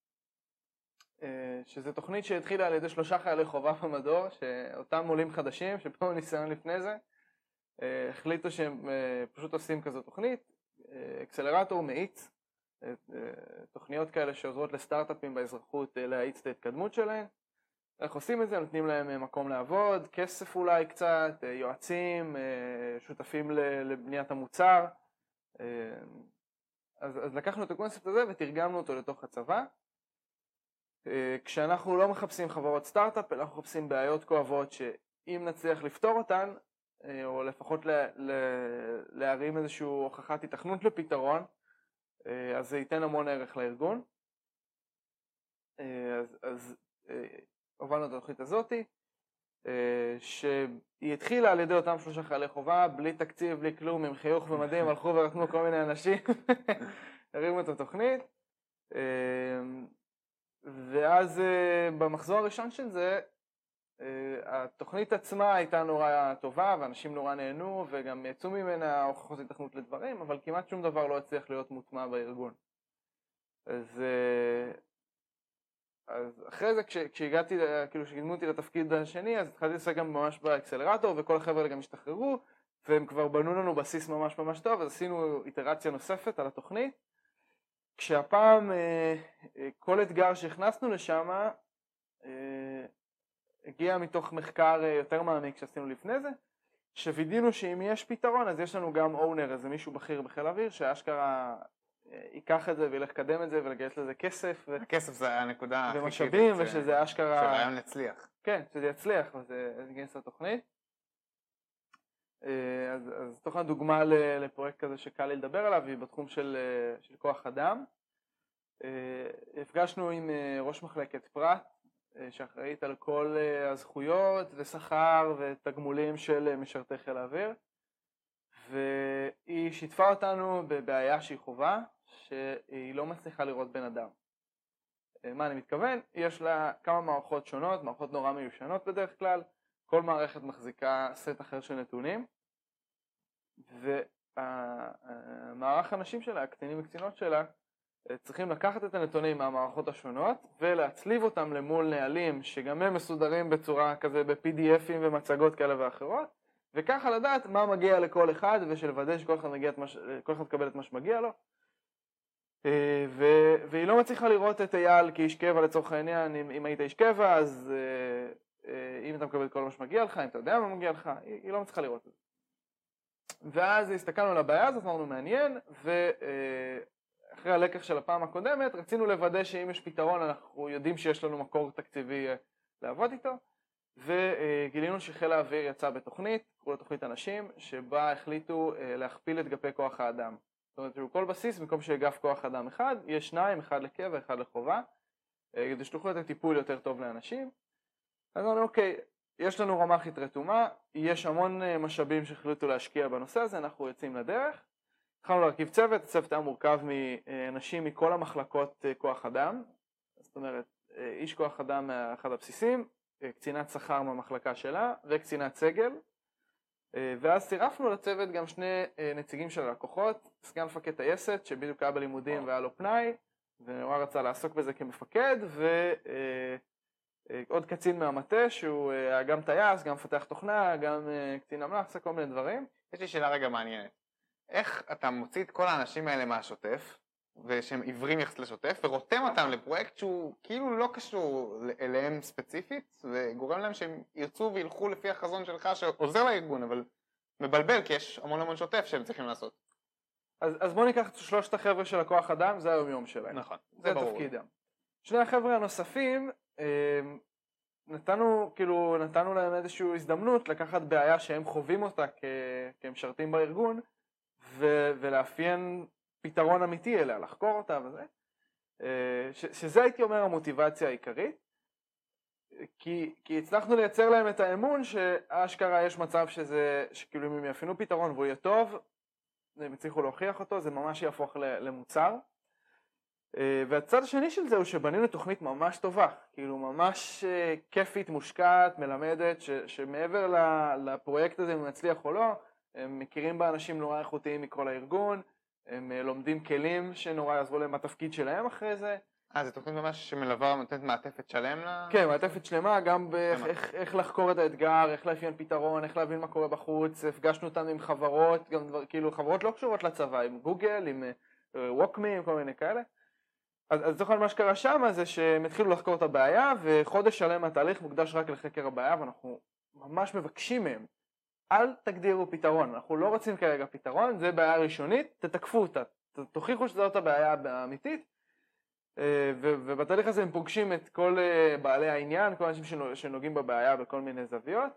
שזה תוכנית שהתחילה על ידי שלושה חיילי חובה במדור, שאותם עולים חדשים שבאו ניסיון לפני זה, החליטו שהם פשוט עושים כזו תוכנית. אקסלרטור מאיץ תוכניות כאלה שעוזרות לסטארט-אפים באזרחות להאיץ את ההתקדמות שלהם. איך עושים את זה? נותנים להם מקום לעבוד, כסף אולי קצת, יועצים, שותפים לבניית המוצר. אז, אז לקחנו את הקונספט הזה ותרגמנו אותו לתוך הצבא. כשאנחנו לא מחפשים חברות סטארט-אפ, אנחנו מחפשים בעיות כואבות שאם נצליח לפתור אותן, או לפחות לה, לה, להרים איזושהי הוכחת התכנות לפתרון, אז זה ייתן המון ערך לארגון. אז, אז הובלנו את התוכנית הזאתי, שהיא התחילה על ידי אותם שלושה חיילי חובה, בלי תקציב, בלי כלום, עם חיוך ומדים, הלכו ורתמו כל מיני אנשים, הרימו את התוכנית. ואז במחזור הראשון של זה, התוכנית עצמה הייתה נורא טובה, ואנשים נורא נהנו, וגם יצאו ממנה הוכחות התכנות לדברים, אבל כמעט שום דבר לא הצליח להיות מוטמע בארגון. אז, אז אחרי זה, כש, כשהגעתי, כאילו שקידמו אותי לתפקיד השני, אז התחלתי לעשות גם ממש באקסלרטור, וכל החבר'ה גם השתחררו, והם כבר בנו לנו בסיס ממש ממש טוב, אז עשינו איטרציה נוספת על התוכנית, כשהפעם כל אתגר שהכנסנו לשם, הגיע מתוך מחקר יותר מעמיק שעשינו לפני זה, שווידינו שאם יש פתרון, אז יש לנו גם אונר, איזה מישהו בכיר בחיל האוויר, שהאשכרה ייקח את זה וילך לקדם את זה ולגייס לזה כסף. ו... הכסף זה הנקודה הכי ומשאבים, ושזה אשכרה... שהרעיון יצליח. כן, שזה יצליח, וזה יגייס לתוכנית. אז, אז תוכן דוגמה לפרויקט כזה שקל לי לדבר עליו, היא בתחום של, של כוח אדם. הפגשנו עם ראש מחלקת פרט, שאחראית על כל הזכויות ושכר ותגמולים של משרתי חיל האוויר, והיא שיתפה אותנו בבעיה שהיא חובה, שהיא לא מצליחה לראות בן אדם. מה אני מתכוון? יש לה כמה מערכות שונות, מערכות נורא מיושנות בדרך כלל, כל מערכת מחזיקה סט אחר של נתונים, והמערך האנשים שלה, הקצינים וקצינות שלה, צריכים לקחת את הנתונים מהמערכות השונות ולהצליב אותם למול נהלים שגם הם מסודרים בצורה כזה ב-פי די אפים ומצגות כאלה ואחרות, וככה לדעת מה מגיע לכל אחד ושלוודא שכל אחד מגיע את מה, כל אחד מקבל את מה שמגיע לו. ו- והיא לא מצליחה לראות את אייל כאיש קבע לצורך העניין. אם, אם היית איש קבע, אז אם אתה מקבל את כל מה שמגיע לך, אם אתה יודע מה מגיע לך, היא, היא לא מצליחה לראות את זה. ואז הסתכלנו על הבעיה הזאת, אמרנו מעניין, ואחרי הלקח של הפעם הקודמת רצינו לוודא שאם יש פתרון אנחנו יודעים שיש לנו מקור תקציבי לעבוד איתו, וגילינו שחיל האוויר יצא בתוכנית, קראו לתוכנית אנשים, שבה החליטו להכפיל את גפי כוח האדם. זאת אומרת, בכל בסיס, במקום שאגף כוח אדם אחד, יש שניים, אחד לקבע, אחד לחובה, כדי שתוכלו לתת טיפול יותר טוב לאנשים. אז אמרנו, אוקיי, יש לנו רמ"חית רתומה, יש המון משאבים שהחליטו להשקיע בנושא הזה, אנחנו יוצאים לדרך. התחלנו להרכיב צוות, הצוות היה מורכב מאנשים מכל המחלקות כוח אדם, זאת אומרת, איש כוח אדם מאחד הבסיסים, קצינת שכר מהמחלקה שלה וקצינת סגל, ואז צירפנו לצוות גם שני נציגים של הלקוחות, סגן מפקד טייסת שבדיוק היה בלימודים והיה לו פנאי ונורא רצה לעסוק בזה כמפקד, ועוד קצין מהמטה שהוא היה גם טייס, גם מפתח תוכנה, גם קצין אמל"ח, עשה כל מיני דברים. יש לי שאלה רגע מעניינת, איך אתה מוציא את כל האנשים האלה מהשוטף ושהם עיוורים יחסית לשוטף ורותם אותם לפרויקט שהוא כאילו לא קשור אליהם ספציפית וגורם להם שהם ירצו וילכו לפי החזון שלך שעוזר לארגון, אבל מבלבל כי יש המון המון שוטף שהם צריכים לעשות. אז, אז בוא ניקח את שלושת החבר'ה של הכוח אדם, זה היום יום שלהם. נכון, זה, זה ברור. תפקידם. שני החבר'ה הנוספים, נתנו, כאילו, נתנו להם איזושהי הזדמנות לקחת בעיה שהם חווים אותה כ, כמשרתים בארגון ו, ולאפיין פתרון אמיתי אליה, לחקור אותה וזה, ש, שזה הייתי אומר המוטיבציה העיקרית, כי, כי הצלחנו לייצר להם את האמון שהאשכרה יש מצב שזה, שכאילו אם הם יאפיינו פתרון והוא יהיה טוב, הם הצליחו להוכיח אותו, זה ממש יהפוך למוצר. והצד השני של זה הוא שבנינו תוכנית ממש טובה, כאילו ממש כיפית, מושקעת, מלמדת, ש, שמעבר לפרויקט הזה אם נצליח או לא, הם מכירים באנשים נורא איכותיים מכל הארגון, הם לומדים כלים שנורא יעזרו להם התפקיד שלהם אחרי זה. אה, זו תוכנית ממש שמלווה ונותנת מעטפת שלם לה? כן, מעטפת שלמה, גם באיך איך, איך לחקור את האתגר, איך לאפיין פתרון, איך להבין מה קורה בחוץ. הפגשנו אותם עם חברות, גם דבר, כאילו חברות לא קשורות לצבא, עם גוגל, עם ווקמי, עם כל מיני כאלה. אז, אז זוכר מה שקרה שם זה שהם התחילו לחקור את הבעיה, וחודש שלם התהליך מוקדש רק לחקר הבעיה, ואנחנו ממש מבקשים מהם, אל תגדירו פתרון, אנחנו לא רוצים כרגע פתרון, זה בעיה ראשונית, תתקפו אותה, תוכיחו שזאת הבעיה האמיתית, ובתהליך הזה הם פוגשים את כל בעלי העניין, כל אנשים שנוגעים בבעיה בכל מיני זוויות,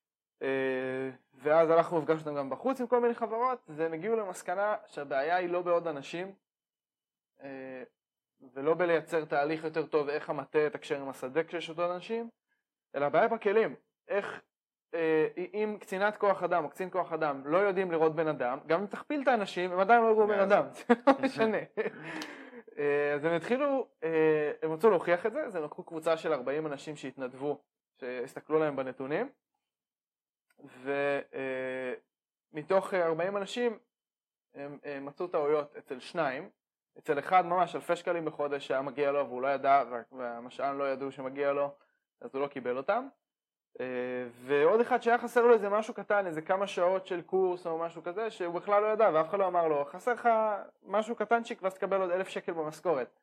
ואז הלכנו והפגשנו אותם גם בחוץ עם כל מיני חברות, והם הגיעו למסקנה שהבעיה היא לא בעוד אנשים, ולא בלייצר תהליך יותר טוב איך המטה יתקשר עם השדה כשיש אותו אנשים, אלא הבעיה בכלים, איך אם קצינת כוח אדם או קצין כוח אדם לא יודעים לראות בן אדם, גם אם תכפיל את האנשים, הם עדיין לא יראו בן אדם, זה לא משנה. אז הם התחילו, הם רצו להוכיח את זה, אז הם לקחו קבוצה של ארבעים אנשים שהתנדבו, שהסתכלו להם בנתונים, ומתוך ארבעים אנשים הם מצאו טעויות אצל שניים, אצל אחד ממש אלפי שקלים בחודש שהיה מגיע לו והוא לא ידע, והמשען לא ידעו שמגיע לו, אז הוא לא קיבל אותם. ועוד אחד שהיה חסר לו איזה משהו קטן, איזה כמה שעות של קורס או משהו כזה, שהוא בכלל לא ידע ואף אחד לא אמר לו, חסר לך משהו קטנצ'יק ואז תקבל עוד אלף שקל במשכורת.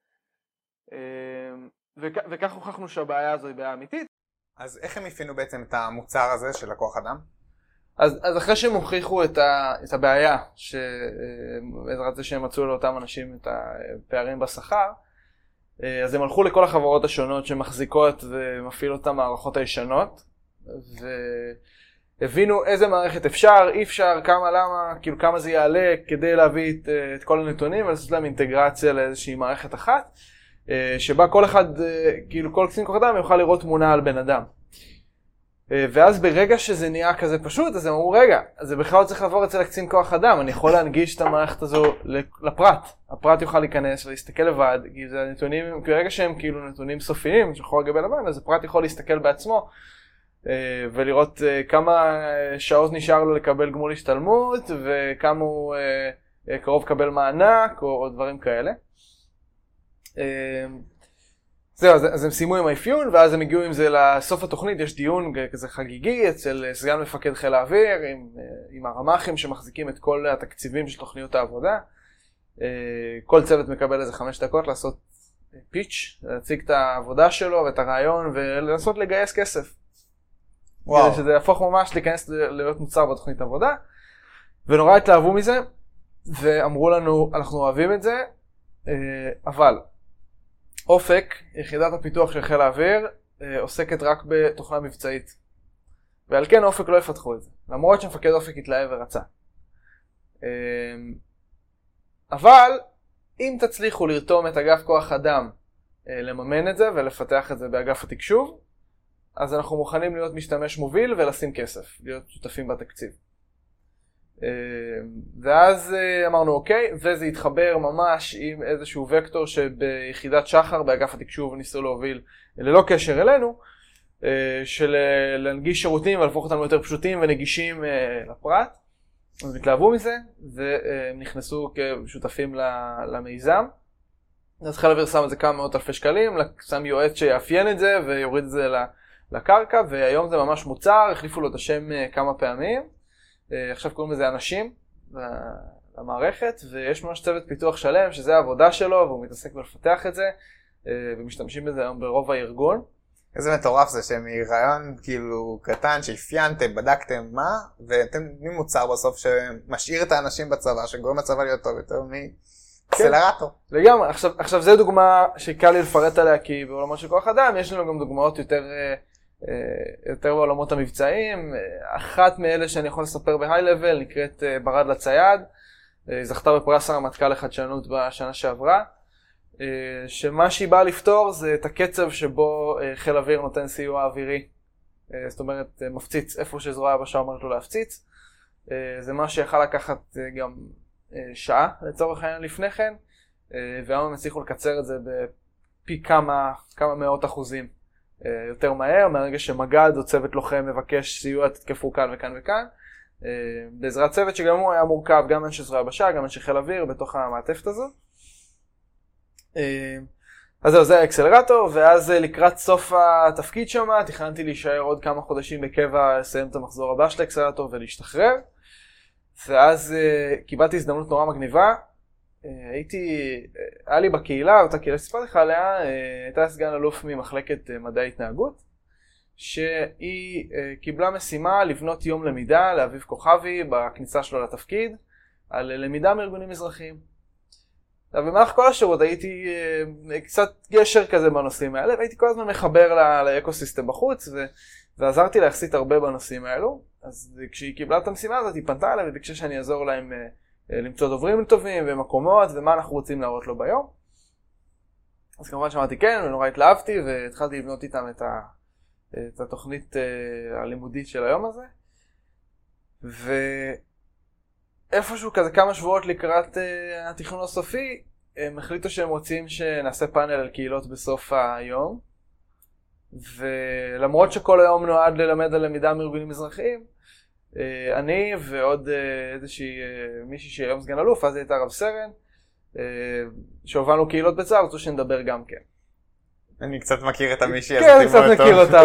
וכך הוכחנו שהבעיה הזו היא בעיה אמיתית. אז איך הם הפעינו בעצם את המוצר הזה של הכוח אדם? אז, אז אחרי שהם הוכיחו את, ה, את הבעיה, שבעזרת זה שהם מצאו לאותם אנשים את הפערים בשכר, אז הם הלכו לכל החברות השונות שמחזיקות ומפעילות את המערכות הישנות, הבינו איזה מערכת אפשר, אי אפשר, כמה, למה, כאילו כמה זה יעלה כדי להביא את, את כל הנתונים ולעשות להם אינטגרציה לאיזושהי מערכת אחת, שבה כל אחד, כאילו כל קצין כוח אדם יוכל לראות תמונה על בן אדם. ואז ברגע שזה נהיה כזה פשוט, אז הם אמרו, רגע, אז זה בכלל צריך לעבור אצל הקצין כוח אדם, אני יכול להנגיש את המערכת הזו לפרט. הפרט יוכל להיכנס ולהסתכל לבד, כי זה נתונים, ברגע שהם כאילו נתונים סופיים, שחור על גבי לבן, אז הפרט יכול להסתכל בעצמו, ולראות כמה שעות נשאר לו לקבל גמול השתלמות, וכמה הוא קרוב לקבל מענק, או דברים כאלה. זהו, אז, אז הם סיימו עם האפיון, ואז הם הגיעו עם זה לסוף התוכנית, יש דיון כזה חגיגי אצל סגן מפקד חיל האוויר, עם, עם הרמ"חים שמחזיקים את כל התקציבים של תוכניות העבודה. כל צוות מקבל איזה חמש דקות לעשות פיץ', להציג את העבודה שלו ואת הרעיון, ולנסות לגייס כסף. וואו. כדי שזה יהפוך ממש להיכנס להיות מוצר בתוכנית עבודה, ונורא התלהבו מזה, ואמרו לנו, אנחנו אוהבים את זה, אבל אופק, יחידת הפיתוח של חיל האוויר, עוסקת רק בתוכנה מבצעית. ועל כן אופק לא יפתחו את זה, למרות שמפקד אופק התלהב ורצה. אבל אם תצליחו לרתום את אגף כוח אדם לממן את זה ולפתח את זה באגף התקשוב, אז אנחנו מוכנים להיות משתמש מוביל ולשים כסף, להיות שותפים בתקציב. ואז אמרנו אוקיי, וזה התחבר ממש עם איזשהו וקטור שביחידת שחר באגף התקשוב ניסו להוביל ללא קשר אלינו, של להנגיש שירותים ולהפוך אותנו יותר פשוטים ונגישים לפרט. אז התלהבו מזה ונכנסו כשותפים למיזם. אז חיל האוויר שם את זה כמה מאות אלפי שקלים, שם יועץ שיאפיין את זה ויוריד את זה לקרקע, והיום זה ממש מוצר, החליפו לו את השם כמה פעמים. עכשיו קוראים לזה אנשים למערכת, ויש ממש צוות פיתוח שלם שזה העבודה שלו, והוא מתעסק בלפתח את זה, ומשתמשים בזה היום ברוב הארגון. איזה מטורף זה שמרעיון כאילו קטן שאפיינתם, בדקתם מה, ואתם נותנים מוצר בסוף שמשאיר את האנשים בצבא, שגורם לצבא להיות טוב יותר מאקסלרטור. כן, לגמרי. עכשיו, עכשיו זו דוגמה שקל לי לפרט עליה, כי בעולמות של כוח אדם יש לנו גם דוגמאות יותר... יותר בעולמות המבצעיים. אחת מאלה שאני יכול לספר בהיי-לבל נקראת ברד לצייד, היא זכתה בפרס הרמטכ"ל לחדשנות בשנה שעברה, שמה שהיא באה לפתור זה את הקצב שבו חיל אוויר נותן סיוע אווירי, זאת אומרת מפציץ איפה שזרוע היבשה אומרת לו להפציץ. זה מה שיכל לקחת גם שעה לצורך העניין לפני כן, והיום הם הצליחו לקצר את זה בפי כמה, כמה מאות אחוזים יותר מהר, מהרגע שמגד או צוות לוחם מבקש סיוע, תתקפו כאן וכאן וכאן, בעזרת צוות שגם הוא היה מורכב, גם אנשי זרוע היבשה, גם אנשי חיל אוויר בתוך המעטפת הזו. אז זהו, זה האקסלרטור, ואז לקראת סוף התפקיד שם, תכננתי להישאר עוד כמה חודשים בקבע, לסיים את המחזור הבא של האקסלרטור ולהשתחרר, ואז קיבלתי הזדמנות נורא מגניבה. הייתי, היה לי בקהילה, אותה קהילה שסיפרתי לך עליה, הייתה סגן אלוף ממחלקת מדעי התנהגות, שהיא קיבלה משימה לבנות יום למידה לאביב כוכבי בכניסה שלו לתפקיד, על למידה מארגונים אזרחיים. במהלך כל השירות הייתי קצת גשר כזה בנושאים האלה, והייתי כל הזמן מחבר לאקוסיסטם בחוץ, ועזרתי להחסית הרבה בנושאים האלו. אז כשהיא קיבלה את המשימה הזאת, היא פנתה אליי וביקשה שאני אעזור להם למצוא דוברים טובים ומקומות ומה אנחנו רוצים להראות לו ביום. אז כמובן שמעתי כן, ונורא התלהבתי והתחלתי לבנות איתם את, ה, את התוכנית הלימודית של היום הזה. ואיפשהו כזה כמה שבועות לקראת התכנון הסופי, הם החליטו שהם רוצים שנעשה פאנל על קהילות בסוף היום. ולמרות שכל היום נועד ללמד על למידה מארגונים אזרחיים, אני ועוד איזושהי מישהי שהיום סגן אלוף, אז הייתה רב סרן, שהובלנו קהילות בצה"ל, רצו שנדבר גם כן. אני קצת מכיר את המישהי הזאת. כן, קצת מכיר אותה.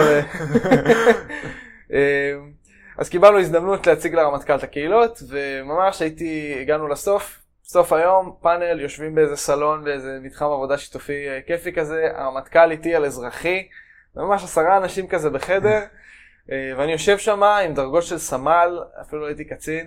אז קיבלנו הזדמנות להציג לרמטכ"ל את הקהילות, וממש הייתי, הגענו לסוף, סוף היום, פאנל, יושבים באיזה סלון, באיזה מתחם עבודה שיתופי כיפי כזה, הרמטכ"ל איתי על אזרחי, ממש עשרה אנשים כזה בחדר, ואני יושב שם עם דרגות של סמל, אפילו לא הייתי קצין,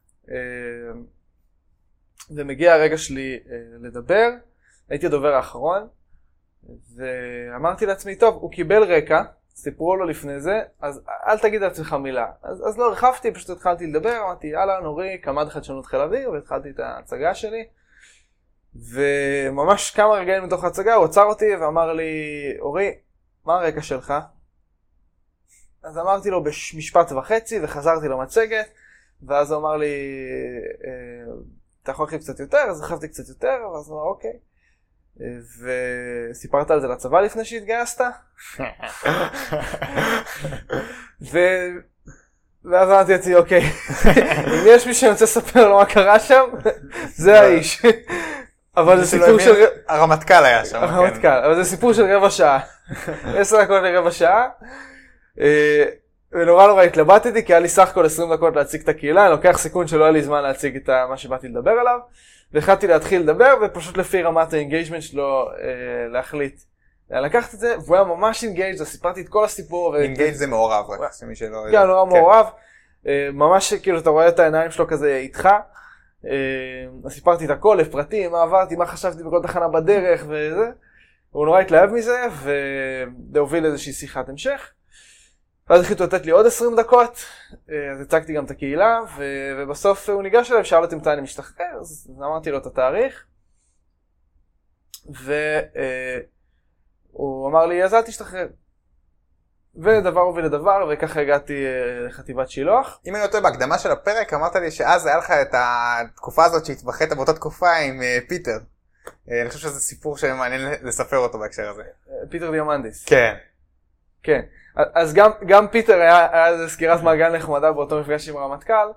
ומגיע הרגע שלי לדבר, הייתי הדובר האחרון, ואמרתי לעצמי, טוב, הוא קיבל רקע, סיפרו לו לפני זה, אז אל תגיד לעצמך מילה. אז, אז לא הרחבתי, פשוט התחלתי לדבר, אמרתי, יאללה, נורי, קמ"ד חדשנות חיל אוויר, והתחלתי את ההצגה שלי. וממש כמה רגעים מתוך ההצגה, הוא עצר אותי ואמר לי, אורי, מה הרקע שלך? אז אמרתי לו במשפט וחצי, וחזרתי למצגת, ואז הוא אמר לי, אתה יכול להרחיב קצת יותר? אז הרחבתי קצת יותר, ואז הוא אמר, אוקיי. וסיפרת על זה לצבא לפני שהתגייסת? ו... ואז אמרתי לעצמי, אוקיי, אם יש מי שאני רוצה לספר לו מה קרה שם, זה האיש. אבל זה סיפור של... הרמטכ"ל היה שם. הרמטכ"ל, אבל זה סיפור של רבע שעה. עשר דקות לרבע שעה. ונורא נורא התלבטתי, כי היה לי סך הכל עשרים דקות להציג את הקהילה, אני לוקח סיכון שלא היה לי זמן להציג את מה שבאתי לדבר עליו, והחלטתי להתחיל לדבר, ופשוט לפי רמת האינגייג'מנט שלו להחליט. לקחת את זה, והוא היה ממש אינגייג', אז סיפרתי את כל הסיפור. אינגייג' זה מעורב, רק שמי שלא... כן, נורא מעורב. ממש כאילו אתה רואה את העיניים שלו כזה איתך. אז סיפרתי את הכל, לפרטים, מה עברתי, מה חשבתי בכל תחנה בדרך וזה. הוא נורא התלהב מזה, והוביל איזושהי שיחת המשך. ואז החליטו לתת לי עוד עשרים דקות, אז הצגתי גם את הקהילה, ובסוף הוא ניגש אליי, שאל אותי מתי אני משתחרר, אז אמרתי לו את התאריך. והוא אמר לי, אז אל תשתחרר. ודבר הוביל לדבר, וככה הגעתי לחטיבת שילוח. אם אני נותן בהקדמה של הפרק, אמרת לי שאז היה לך את התקופה הזאת שהתבחרת באותה תקופה עם פיטר. אני חושב שזה סיפור שמעניין לספר אותו בהקשר הזה. פיטר דיאמנדיס. כן. כן. אז גם, גם פיטר היה, היה איזו סקירת מעגל נחמדה באותו מפגש עם הרמטכ"ל.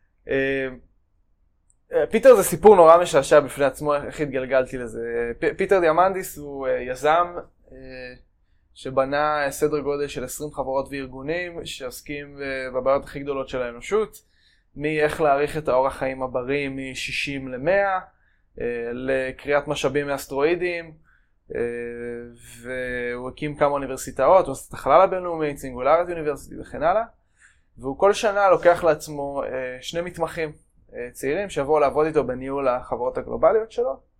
פיטר זה סיפור נורא משעשע בפני עצמו, איך התגלגלתי לזה. פיטר דיאמנדיס הוא יזם שבנה סדר גודל של עשרים חברות וארגונים שעוסקים בבעיות הכי גדולות של האנושות, מאיך להאריך את האורח חיים הבריא מ-שישים ל-מאה, לקריאת משאבים מאסטרואידים, והוא הקים כמה אוניברסיטאות, הוא עושה את החלל הבינלאומית, סינגולריות אוניברסיטי וכן הלאה, והוא כל שנה לוקח לעצמו שני מתמחים צעירים שיבואו לעבוד איתו בניהול החברות הגלובליות שלו.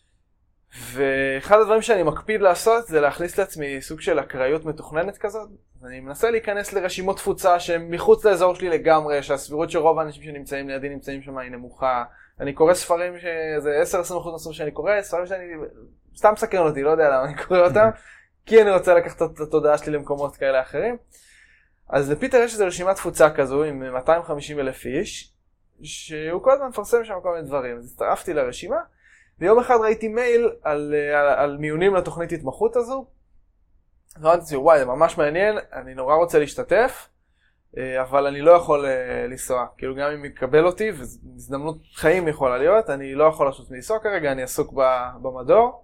ואחד הדברים שאני מקפיד לעשות זה להכניס לעצמי סוג של אקראיות מתוכננת כזאת. אני מנסה להיכנס לרשימות תפוצה שהן מחוץ לאזור שלי לגמרי, שהסבירות שרוב האנשים שנמצאים לידי נמצאים שם היא נמוכה. אני קורא ספרים שזה עשר עד עשרים אחוז מהספרים שאני קורא, ספרים שאני סתם סקרן אותי, לא יודע למה אני קורא אותם, כי אני רוצה לקחת את התודעה שלי למקומות כאלה אחרים. אז לפיטר יש איזו רשימת תפוצה כזו עם מאתיים וחמישים אלף איש, שהוא כל הזמן מפרסם שם כל מיני דברים. אז הצטרפתי לרשימה, ויום אחד ראיתי מייל על, על, על מיונים לתוכנית התמחות הזו. ואמרתי לי, וואי, זה ממש מעניין, אני נורא רוצה להשתתף, אבל אני לא יכול לנסוע. כאילו גם אם יקבל אותי, והזדמנות חיים יכולה להיות, אני לא יכול לעשות לנסוע כרגע, אני עסוק במדור.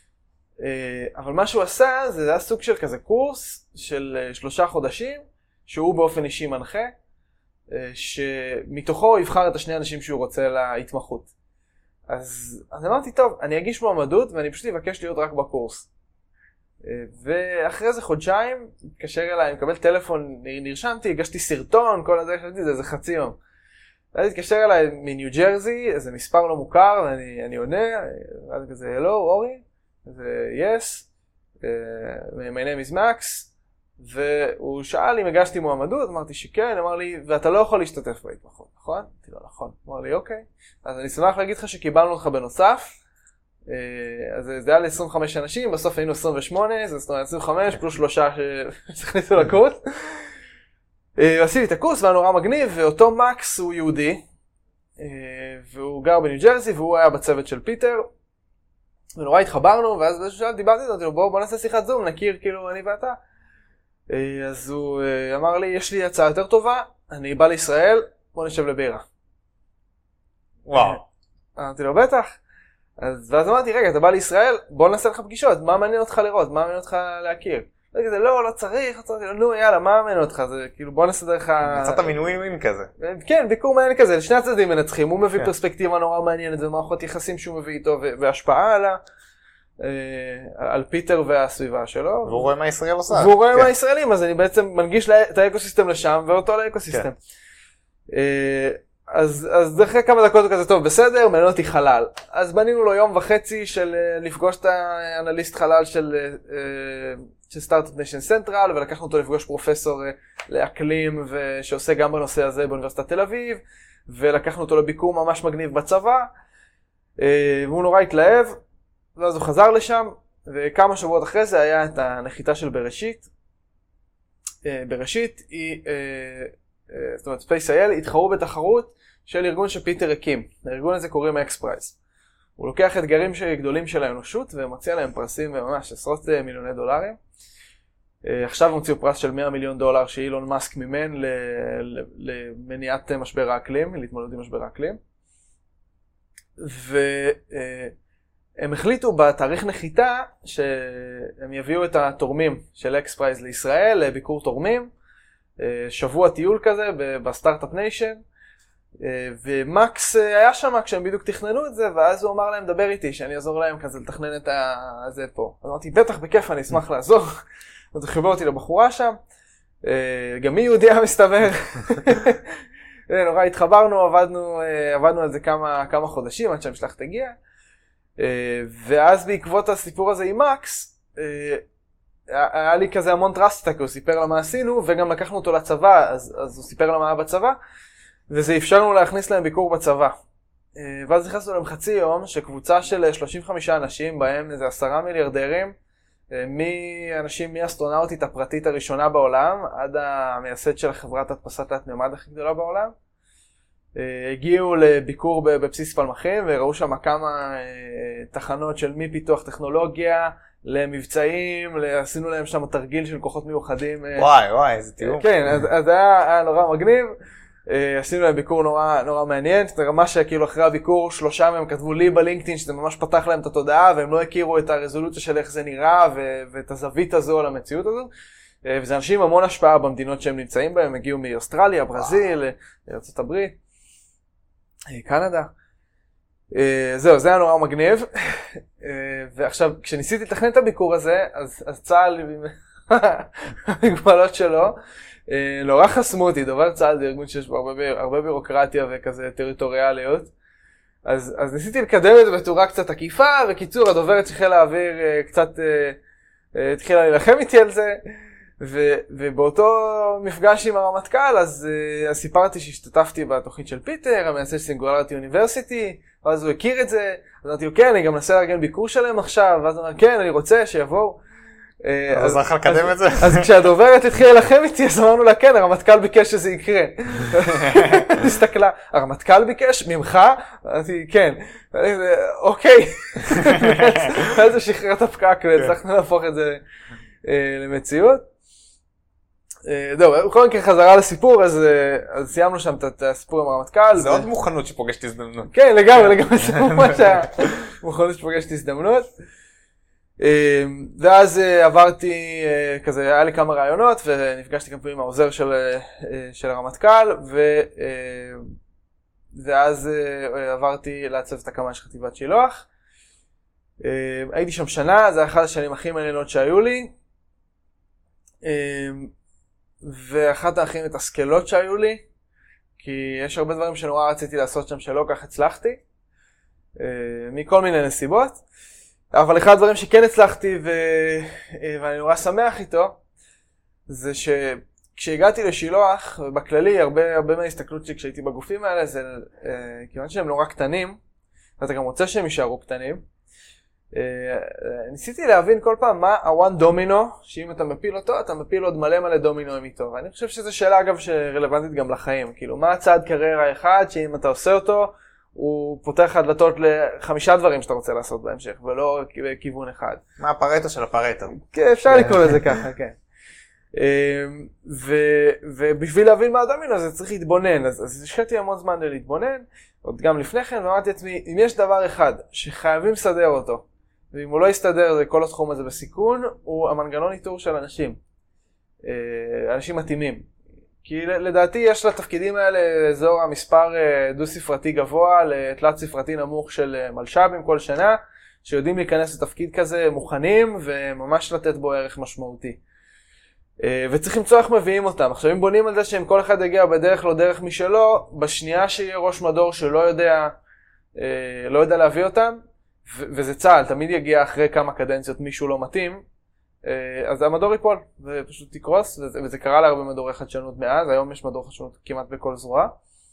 אבל מה שהוא עשה, זה היה סוג של כזה קורס של שלושה חודשים, שהוא באופן אישי מנחה, שמתוכו הוא יבחר את השני אנשים שהוא רוצה להתמחות. אז, אז אמרתי, טוב, אני אגיש מועמדות ואני פשוט אבקש להיות רק בקורס. ואחרי זה חודשיים, התקשר אליי, אני מקבל טלפון, נרשמתי, הגשתי סרטון, כל הזה, חשבתי, זה, זה חצי יום. ואז התקשר אליי מניו ג'רזי, איזה מספר לא מוכר, ואני אני עונה, ואז כזה, הלו, אורי, זה yes, my name is Max, והוא שאל אם הגשתי מועמדות, אמרתי שכן, אמר לי, ואתה לא יכול להשתתף בהתמחות, נכון? אמרתי לו, נכון. אמר לי, אוקיי. אז אני שמח להגיד לך שקיבלנו אותך בנוסף, אז זה היה ל-עשרים וחמישה אנשים, בסוף היינו עשרים ושמונה, זאת אומרת עשרים וחמש פלוס שלושה שהכניסו לקורס. עשיתי את הקורס, והיה נורא מגניב, ואותו מקס הוא יהודי, והוא גר בניו ג'רזי, והוא היה בצוות של פיטר, ונורא התחברנו, ואז באיזשהו שלב דיברתי איתו, בואו בוא נעשה שיחת זום, נכיר כאילו אני ואתה. אז הוא אמר לי, יש לי הצעה יותר טובה, אני בא לישראל, בוא נשב לבירה. וואו. אמרתי לו, בטח. אז ואז אמרתי, רגע, אתה בא לישראל, בוא נעשה לך פגישות, מה מעניין אותך לראות, מה מעניין אותך להכיר? זה לא, לא צריך, לא צריך, נו יאללה, מה מעניין אותך? זה כאילו בוא נעשה דרך ה... יצאת מין ווין ווין כזה. כן, ביקור מעניין כזה, לשני הצדדים מנצחים, הוא מביא פרספקטיבה נורא מעניינת, ומערכות יחסים שהוא מביא איתו, והשפעה עלה. על פיטר והסביבה שלו. והוא רואה מה ישראל עושה. והוא רואה מה ישראלים, אז אני בעצם מנגיש את האקוסיסטם לשם, ואותו לאקוסיסטם. אז אחרי כמה דקות הוא כזה טוב, בסדר, מעניין אותי חלל. אז בנינו לו יום וחצי של לפגוש את האנליסט חלל של של סטארט-אפ ניישן סנטרל, ולקחנו אותו לפגוש פרופסור לאקלים, שעושה גם בנושא הזה באוניברסיטת תל אביב, ולקחנו אותו לביקור ממש מגניב בצבא, והוא נורא התלהב, ואז הוא חזר לשם, וכמה שבועות אחרי זה היה את הנחיתה של בראשית. בראשית היא, זאת אומרת, ספייס איי אל התחרו בתחרות של ארגון שפיטר הקים. הארגון הזה קוראים אקספרייז. הוא לוקח אתגרים גדולים של האנושות ומציע להם פרסים ממש עשרות מיליוני דולרים. עכשיו הם הוציאו פרס של מאה מיליון דולר שאילון מאסק מימן למניעת משבר האקלים, להתמודד עם משבר האקלים. והם החליטו בתאריך נחיתה שהם יביאו את התורמים של אקספרייז לישראל לביקור תורמים, שבוע טיול כזה בסטארט-אפ ניישן. ומקס היה שם כשהם בדיוק תכננו את זה, ואז הוא אמר להם, דבר איתי, שאני אעזור להם כזה לתכנן את זה פה. אז אמרתי, בטח, בכיף, אני אשמח לעזור. אז הוא חיבר אותי לבחורה שם, גם היא יהודיה מסתבר. נורא התחברנו, עבדנו, עבדנו על זה כמה, כמה חודשים עד שהמשלחת הגיעה. ואז בעקבות הסיפור הזה עם מקס, היה לי כזה המון טרסטה, כי הוא סיפר לה מה עשינו, וגם לקחנו אותו לצבא, אז, אז הוא סיפר לה מה היה בצבא. וזה אפשרנו להכניס להם ביקור בצבא. ואז נכנסנו להם חצי יום, שקבוצה של שלושים וחמישה אנשים, בהם איזה עשרה מיליארדרים, מאנשים, מאסטרונאוטית הפרטית הראשונה בעולם, עד המייסד של חברת הדפסת תלת-ממד הכי גדולה בעולם, הגיעו לביקור בבסיס פלמחים, וראו שם כמה תחנות של מפיתוח טכנולוגיה, למבצעים, עשינו להם שם תרגיל של כוחות מיוחדים. וואי, וואי, איזה תיאור. כן, אז, אז היה, היה נורא מגניב. עשינו להם ביקור נורא, נורא מעניין, זה רמה שכאילו אחרי הביקור שלושה מהם כתבו לי בלינקדאין שזה ממש פתח להם את התודעה, והם לא הכירו את הרזולוציה של איך זה נראה ו- ואת הזווית הזו על המציאות הזו. וזה אנשים המון השפעה במדינות שהם נמצאים בהם, הגיעו מאוסטרליה, ברזיל, ארצות הברית, קנדה. זהו, זה היה נורא מגניב. ועכשיו, כשניסיתי לתכנן את הביקור הזה, אז, אז צה"ל המגבלות שלו, נורא חסמו אותי, דובר צה"ל זה ארגון שיש בו הרבה, הרבה בירוקרטיה וכזה טריטוריאליות. אז, אז ניסיתי לקדם את זה בצורה קצת עקיפה, וקיצור, הדוברת צריכה להעביר קצת, התחילה להילחם איתי על זה, ו, ובאותו מפגש עם הרמטכ"ל, אז, אז סיפרתי שהשתתפתי בתוכנית של פיטר, המייסד סינגולריטי אוניברסיטי, ואז הוא הכיר את זה, אז אמרתי לו, כן, אני גם מנסה לארגן ביקור שלהם עכשיו, ואז הוא אמר, כן, אני רוצה שיבואו. אז איך לקדם את זה? אז כשהדוברת התחילה להילחם איתי, אז אמרנו לה, כן, הרמטכ"ל ביקש שזה יקרה. הסתכלה, הרמטכ"ל ביקש ממך? אמרתי, כן. אוקיי. אז הוא שחרר את הפקק, והצלחנו להפוך את זה למציאות. זהו, בכל מקרה חזרה לסיפור, אז סיימנו שם את הסיפור עם הרמטכ"ל. זה עוד מוכנות שפוגשת הזדמנות. כן, לגמרי, לגמרי, זה ממש המוכנות שפוגשת הזדמנות. ואז עברתי, כזה, היה לי כמה רעיונות, ונפגשתי כמה פעמים עם העוזר של, של הרמטכ"ל, ו, ואז עברתי לעצב את הקמה של חטיבת שילוח. הייתי שם שנה, זה אחד השנים הכי מעניינות שהיו לי, ואחת הכי מתסכלות שהיו לי, כי יש הרבה דברים שנורא רציתי לעשות שם שלא כך הצלחתי, מכל מיני נסיבות. אבל אחד הדברים שכן הצלחתי ו... ואני נורא שמח איתו, זה שכשהגעתי לשילוח, ובכללי הרבה, הרבה מההסתכלות שלי כשהייתי בגופים האלה, זה כיוון שהם נורא קטנים, ואתה גם רוצה שהם יישארו קטנים, ניסיתי להבין כל פעם מה הוואן דומינו, שאם אתה מפיל אותו, אתה מפיל עוד מלא מלא דומינוים איתו. ואני חושב שזו שאלה אגב שרלוונטית גם לחיים. כאילו, מה הצעד קריירה אחד שאם אתה עושה אותו, הוא פותח לך דלתות לחמישה דברים שאתה רוצה לעשות בהמשך, ולא בכיוון אחד. מה הפרטו של הפרטו? כן, אפשר לקרוא לזה ככה, כן. ובשביל להבין מה הדומינו הזה צריך להתבונן, אז השקעתי המון זמן להתבונן, עוד גם לפני כן, ואמרתי לעצמי, אם יש דבר אחד שחייבים לסדר אותו, ואם הוא לא יסתדר, זה כל התחום הזה בסיכון, הוא המנגנון איתור של אנשים. אנשים מתאימים. כי לדעתי יש לתפקידים האלה אזור המספר דו-ספרתי גבוה לתלת ספרתי נמוך של מלש"בים כל שנה, שיודעים להיכנס לתפקיד כזה מוכנים וממש לתת בו ערך משמעותי. וצריך למצוא איך מביאים אותם. עכשיו אם בונים על זה שהם כל אחד יגיע בדרך לא דרך משלו, בשנייה שיהיה ראש מדור שלא יודע, לא יודע להביא אותם, וזה צה"ל, תמיד יגיע אחרי כמה קדנציות מישהו לא מתאים, אז המדור ייפול, זה פשוט תקרוס, וזה, וזה קרה להרבה מדורי חדשנות מאז, היום יש מדור חדשנות כמעט בכל זרוע.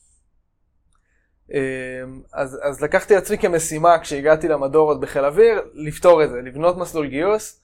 אז, אז לקחתי לעצמי כמשימה כשהגעתי למדור עוד בחיל אוויר, לפתור את זה, לבנות מסלול גיוס,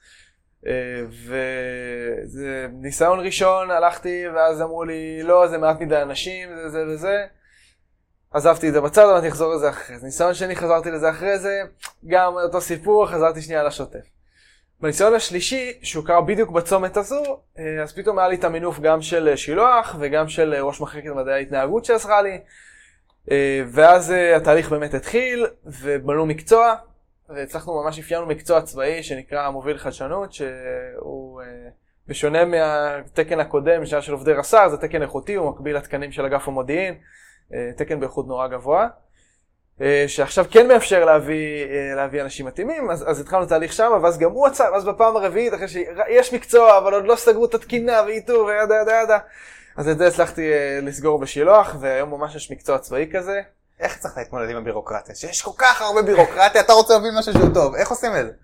וזה ניסיון ראשון, הלכתי ואז אמרו לי, לא, זה מעט מדי אנשים, זה זה וזה. עזבתי את זה בצד, אבל אני אחזור לזה אחרי זה. ניסיון שני, חזרתי לזה אחרי זה, גם אותו סיפור, חזרתי שנייה לשוטף. בניסיון השלישי, שהוא קרה בדיוק בצומת הזו, אז פתאום היה לי את המינוף גם של שילוח, וגם של ראש מחלקת מדעי ההתנהגות שעזרה לי, ואז התהליך באמת התחיל, ובנו מקצוע, והצלחנו ממש אפיינו מקצוע צבאי שנקרא מוביל חדשנות, שהוא בשונה מהתקן הקודם, שהיה של עובדי רס"ר, זה תקן איכותי, הוא מקביל לתקנים של אגף המודיעין, תקן באיכות נורא גבוה, שעכשיו כן מאפשר להביא, להביא אנשים מתאימים, אז, אז התחלנו תהליך שם, ואז גם הוא עצר, אז בפעם הרביעית, אחרי שיש מקצוע, אבל עוד לא סגרו את התקינה ואיתור וידה ידה ידה, אז את זה הצלחתי לסגור בשילוח, והיום ממש יש מקצוע צבאי כזה. איך צריך להתמודד עם הבירוקרטיה? שיש כל כך הרבה בירוקרטיה, אתה רוצה להבין משהו שהוא טוב, איך עושים את זה?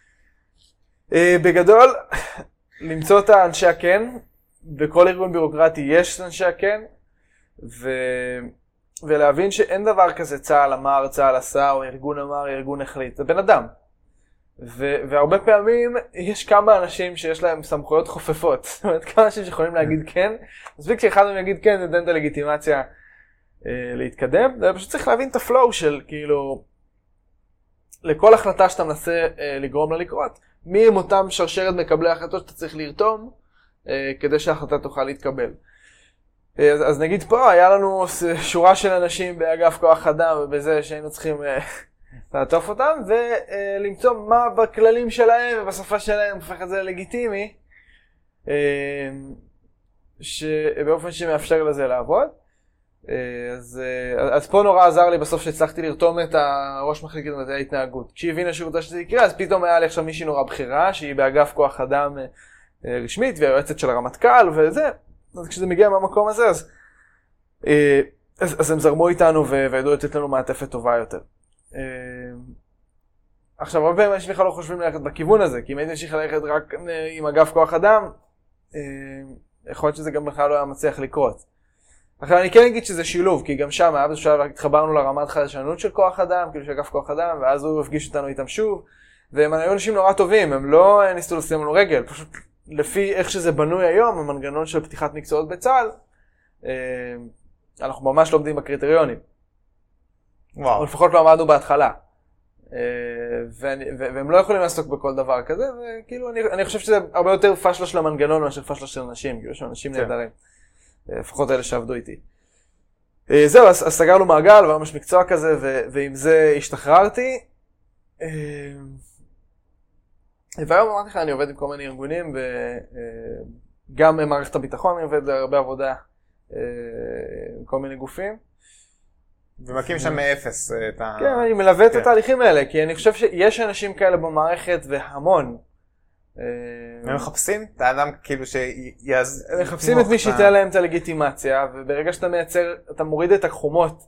בגדול, למצוא את האנשי הכן, בכל ארגון בירוקרטי יש אנשי הכן, ו... ולהבין שאין דבר כזה צה"ל אמר, צה"ל עשה, או ארגון אמר, ארגון החליט, זה בן אדם. ו... והרבה פעמים יש כמה אנשים שיש להם סמכויות חופפות, זאת אומרת, כמה אנשים שיכולים להגיד כן, מספיק שאחד מהם יגיד כן, נותן את הלגיטימציה אה, להתקדם, ופשוט צריך להבין את הפלואו של, כאילו, לכל החלטה שאתה מנסה אה, לגרום לה לקרות, מי עם אותם שרשרת מקבלי החלטות שאתה צריך לרתום, אה, כדי שההחלטה תוכל להתקבל. אז, אז נגיד פה, היה לנו שורה של אנשים באגף כוח אדם, ובזה שהיינו צריכים אה, לעטוף אותם, ולמצוא מה בכללים שלהם ובשפה שלהם הופך את זה לגיטימי, אה, שבאופן שמאפשר לזה לעבוד. אז, אז פה נורא עזר לי בסוף שהצלחתי לרתום את הראש מחלקת מדעי ההתנהגות. כשהיא הבינה שהיא שזה יקרה, אז פתאום היה לי עכשיו מישהי נורא בחירה, שהיא באגף כוח אדם רשמית, והיועצת של הרמטכ"ל וזה. אז כשזה מגיע מהמקום הזה, אז, אז, אז הם זרמו איתנו וידעו לתת לנו מעטפת טובה יותר. עכשיו, הרבה פעמים אנשים בכלל לא חושבים ללכת בכיוון הזה, כי אם הייתי נמשיך ללכת רק עם אגף כוח אדם, יכול להיות שזה גם בכלל לא היה מצליח לקרות. עכשיו אני כן אגיד שזה שילוב, כי גם שם היה באיזשהו שלב התחברנו לרמת חדשנות של כוח אדם, כאילו של אגף כוח אדם, ואז הוא הפגיש אותנו איתם שוב, והם היו אנשים נורא טובים, הם לא ניסו לשים לנו רגל, פשוט לפי איך שזה בנוי היום, המנגנון של פתיחת מקצועות בצה"ל, אנחנו ממש לומדים בקריטריונים. וואו. או לפחות לא עמדנו בהתחלה. והם לא יכולים לעסוק בכל דבר כזה, וכאילו אני, אני חושב שזה הרבה יותר פשלה של המנגנון מאשר פשלה של אנשים, כאילו יש אנשים נהדרים. לפחות אלה שעבדו איתי. זהו, אז, אז סגרנו מעגל, וממש מקצוע כזה, ו, ועם זה השתחררתי. והיום אמרתי לך, אני עובד עם כל מיני ארגונים, וגם במערכת הביטחון אני עובד הרבה עבודה עם כל מיני גופים. ומקים שם מאפס את ה... כן, אני מלווה את התהליכים האלה, כי אני חושב שיש אנשים כאלה במערכת, והמון. הם מחפשים את האדם כאילו שיעז... הם מחפשים את מי שייתן להם את הלגיטימציה, וברגע שאתה מייצר, אתה מוריד את החומות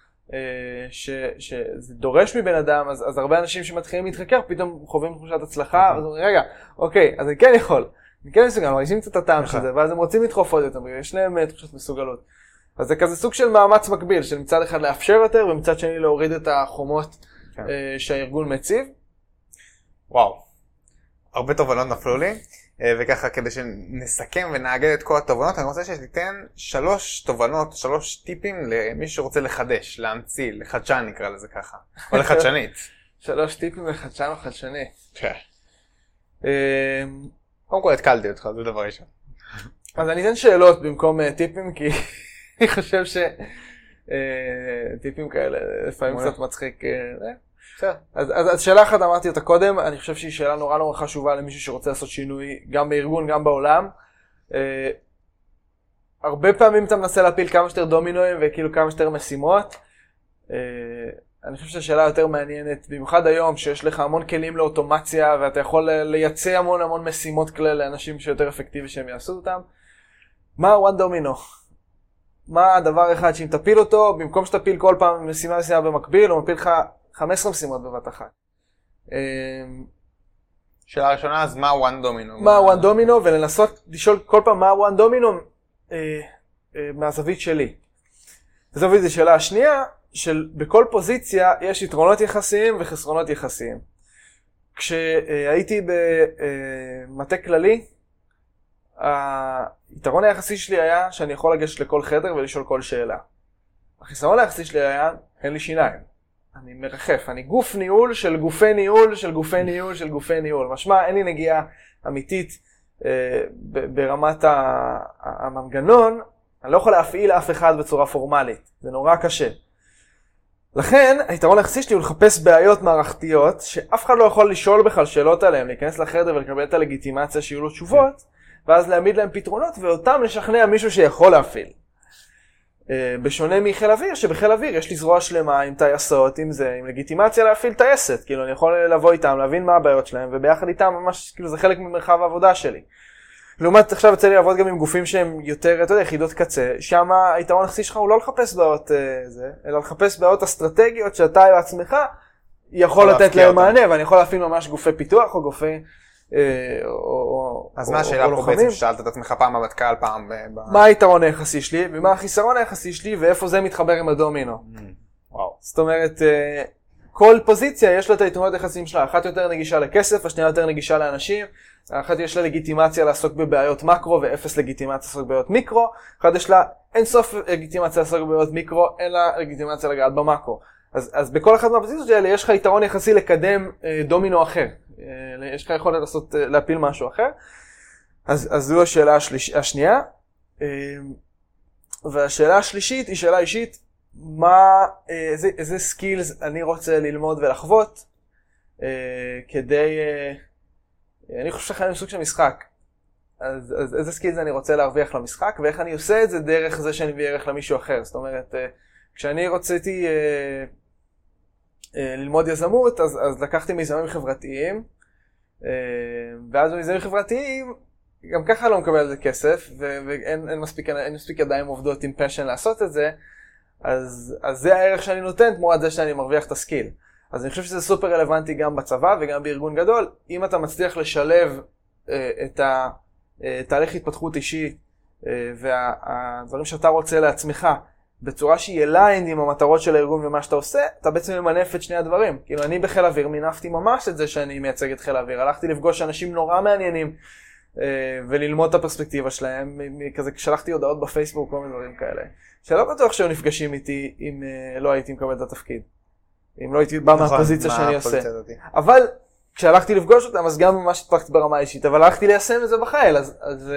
שזה דורש מבן אדם, אז, אז הרבה אנשים שמתחילים להתחקר פתאום חווים תחושת הצלחה, ואז אומרים, רגע, אוקיי, אז אני כן יכול, אני כן מסוגל, מרגישים קצת את הטעם של זה, ואז הם רוצים לדחוף עוד יותר, יש להם תחושת מסוגלות. אז זה כזה סוג של מאמץ מקביל, של מצד אחד לאפשר יותר, ומצד שני להוריד את החומות שהארגון מציב. וואו. הרבה תובנות נפלו לי, וככה כדי שנסכם ונאגד את כל התובנות, אני רוצה שתיתן שלוש תובנות, שלוש טיפים למי שרוצה לחדש, להמציא, לחדשן נקרא לזה ככה, או לחדשנית. שלוש טיפים לחדשן או חדשני. כן. קודם כל התקלתי אותך, זה דבר ראשון. אז אני אתן שאלות במקום טיפים, כי אני חושב שטיפים כאלה לפעמים קצת מצחיק. אז, אז, אז שאלה אחת אמרתי אותה קודם, אני חושב שהיא שאלה נורא נורא חשובה למישהו שרוצה לעשות שינוי גם בארגון, גם בעולם. אה, הרבה פעמים אתה מנסה להפיל כמה שיותר דומינואים וכאילו כמה שיותר משימות. אה, אני חושב שהשאלה יותר מעניינת, במיוחד היום שיש לך המון כלים לאוטומציה ואתה יכול לייצא המון המון משימות כלל לאנשים שיותר אפקטיבי שהם יעשו אותם. מה one domino? מה הדבר אחד שאם תפיל אותו, במקום שתפיל כל פעם משימה משימה במקביל, הוא מפיל לך חמש עשרה משימות בבת אחת. שאלה ראשונה, אז מה one domino? מה one domino, ולנסות לשאול כל פעם מה one domino אה, אה, מהזווית שלי. הזווית זו שאלה השנייה, של בכל פוזיציה יש יתרונות יחסיים וחסרונות יחסיים. כשהייתי במטה כללי, היתרון היחסי שלי היה שאני יכול לגשת לכל חדר ולשאול כל שאלה. החיסרון היחסי שלי היה, אין לי שיניים. אני מרחף, אני גוף ניהול של גופי ניהול של גופי ניהול של גופי ניהול. משמע, אין לי נגיעה אמיתית אה, ברמת המנגנון, אני לא יכול להפעיל אף אחד בצורה פורמלית. זה נורא קשה. לכן, היתרון היחסי שלי הוא לחפש בעיות מערכתיות, שאף אחד לא יכול לשאול בכלל שאלות עליהן, להיכנס לחדר ולקבל את הלגיטימציה שיהיו לו תשובות, ואז להעמיד להם פתרונות, ואותם לשכנע מישהו שיכול להפעיל. בשונה מחיל אוויר, שבחיל אוויר יש לי זרוע שלמה עם טייסות, עם זה, עם לגיטימציה להפעיל טייסת. כאילו, אני יכול לבוא איתם, להבין מה הבעיות שלהם, וביחד איתם ממש, כאילו, זה חלק ממרחב העבודה שלי. לעומת, עכשיו יצא לי לעבוד גם עם גופים שהם יותר, אתה יודע, יחידות קצה, שם היתרון היחסי שלך הוא לא לחפש בעיות זה, אלא לחפש בעיות אסטרטגיות שאתה בעצמך יכול לתת להם מענה, ואני יכול להפעיל ממש גופי פיתוח או גופי... אז מה השאלה פה בעצם שאלת את עצמך פעם בבטקל פעם? מה היתרון היחסי שלי ומה החיסרון היחסי שלי ואיפה זה מתחבר עם הדומינו. זאת אומרת, כל פוזיציה יש לה את היתרונות היחסיים שלה, אחת יותר נגישה לכסף, השנייה יותר נגישה לאנשים, אחת יש לה לגיטימציה לעסוק בבעיות מקרו ואפס לגיטימציה לעסוק בבעיות מיקרו, אחת יש לה אין סוף לגיטימציה לעסוק בבעיות מיקרו, אין לה לגיטימציה לגעת במקרו. אז, אז בכל אחת מהפוזיציות האלה יש לך יתרון יחסי לקדם אה, דומינו אחר. אה, יש לך יכולת לעשות, אה, להפיל משהו אחר. אז, אז זו השאלה השליש, השנייה. אה, והשאלה השלישית היא שאלה אישית, מה, אה, איזה, איזה סקילס אני רוצה ללמוד ולחוות, אה, כדי, אה, אני חושב שחיים סוג של משחק. אז, אז איזה סקילס אני רוצה להרוויח למשחק, ואיך אני עושה את זה דרך זה שאני מביא ערך למישהו אחר. זאת אומרת, אה, כשאני רציתי אה, אה, ללמוד יזמות, אז, אז לקחתי מיזמים חברתיים, אה, ואז במיזמים חברתיים, גם ככה לא מקבל על זה כסף, ו- ואין אין מספיק, אין מספיק ידיים עובדות עם פשן לעשות את זה, אז, אז זה הערך שאני נותן, תמורת זה שאני מרוויח את הסקיל. אז אני חושב שזה סופר רלוונטי גם בצבא וגם בארגון גדול, אם אתה מצליח לשלב אה, את התהליך התפתחות אישי, אה, והדברים שאתה רוצה לעצמך, בצורה שהיא אליינד עם המטרות של הארגון ומה שאתה עושה, אתה בעצם ממנף את שני הדברים. כאילו, אני בחיל אוויר מינפתי ממש את זה שאני מייצג את חיל אוויר. הלכתי לפגוש אנשים נורא מעניינים, וללמוד את הפרספקטיבה שלהם, כזה כשלחתי הודעות בפייסבוק, כל מיני דברים כאלה. שלא בטוח שהיו נפגשים איתי אם לא הייתי מקבל את התפקיד. אם לא הייתי בא מהפוזיציה שאני עושה. אבל כשהלכתי לפגוש אותם, אז גם ממש התפקתי ברמה אישית, אבל הלכתי ליישם את זה בחיל, אז, אז,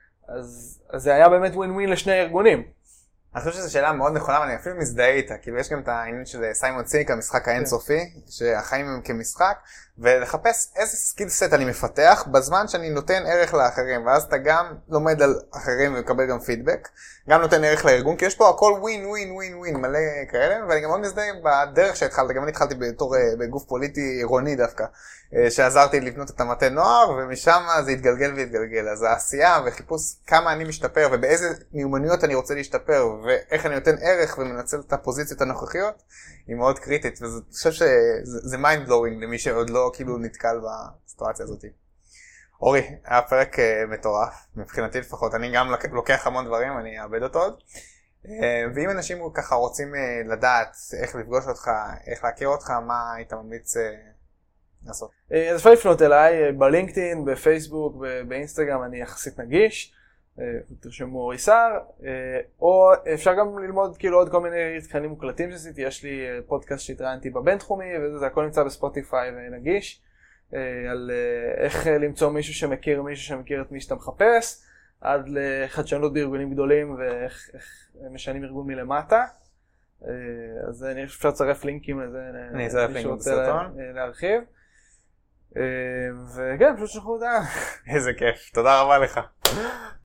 אז, אז זה היה באמת ווין ווין לשני ארגונים. אני חושב שזו שאלה מאוד נכונה, ואני אפילו מזדהה איתה. כאילו, יש גם את העניין של סיימון סיניק, המשחק האינסופי, שהחיים הם כמשחק, ולחפש איזה סקיל סט אני מפתח בזמן שאני נותן ערך לאחרים, ואז אתה גם לומד על אחרים ומקבל גם פידבק, גם נותן ערך לארגון, כי יש פה הכל ווין, ווין, ווין, ווין, מלא כאלה, ואני גם מאוד מזדהה בדרך שהתחלת, גם אני התחלתי בתור בגוף פוליטי עירוני דווקא, שעזרתי לבנות את המטה נוער, ומשם זה התגלגל והתגלגל. אז העשייה וחיפוש כמה אני משתפר, ובאיזה מיומנויות אני רוצה להשתפר, ואיך אני נותן ערך ומנצל את הפוזיציות הנוכחיות, היא מאוד קריטית, ואני חושב שזה mind blowing למי שעוד לא כאילו נתקל בסיטואציה הזאת. אורי, היה פרק מטורף, מבחינתי לפחות, אני גם לוקח המון דברים, אני אעבד אותו עוד. ואם אנשים ככה רוצים לדעת איך לפגוש אותך, איך להכיר אותך, מה היית ממליץ לעשות? אז אפשר לפנות אליי בלינקדאין, בפייסבוק, באינסטגרם, אני יחסית נגיש, תרשמו אורי סער, או אפשר גם ללמוד כאילו עוד כל מיני תכנים מוקלטים שעשיתי, יש לי פודקאסט שהתראיינתי בבינתחומי, וזה הכל נמצא בספוטיפיי ונגיש, על איך למצוא מישהו שמכיר מישהו שמכיר את מי שאתה מחפש, עד לחדשנות בארגונים גדולים ואיך משנים ארגון מלמטה. אז אני אפשר לצרף לינקים לזה, אני אצרף לינקים בסרטון להרחיב. וכן, פשוט שלחו הודעה. איזה כיף, תודה רבה לך.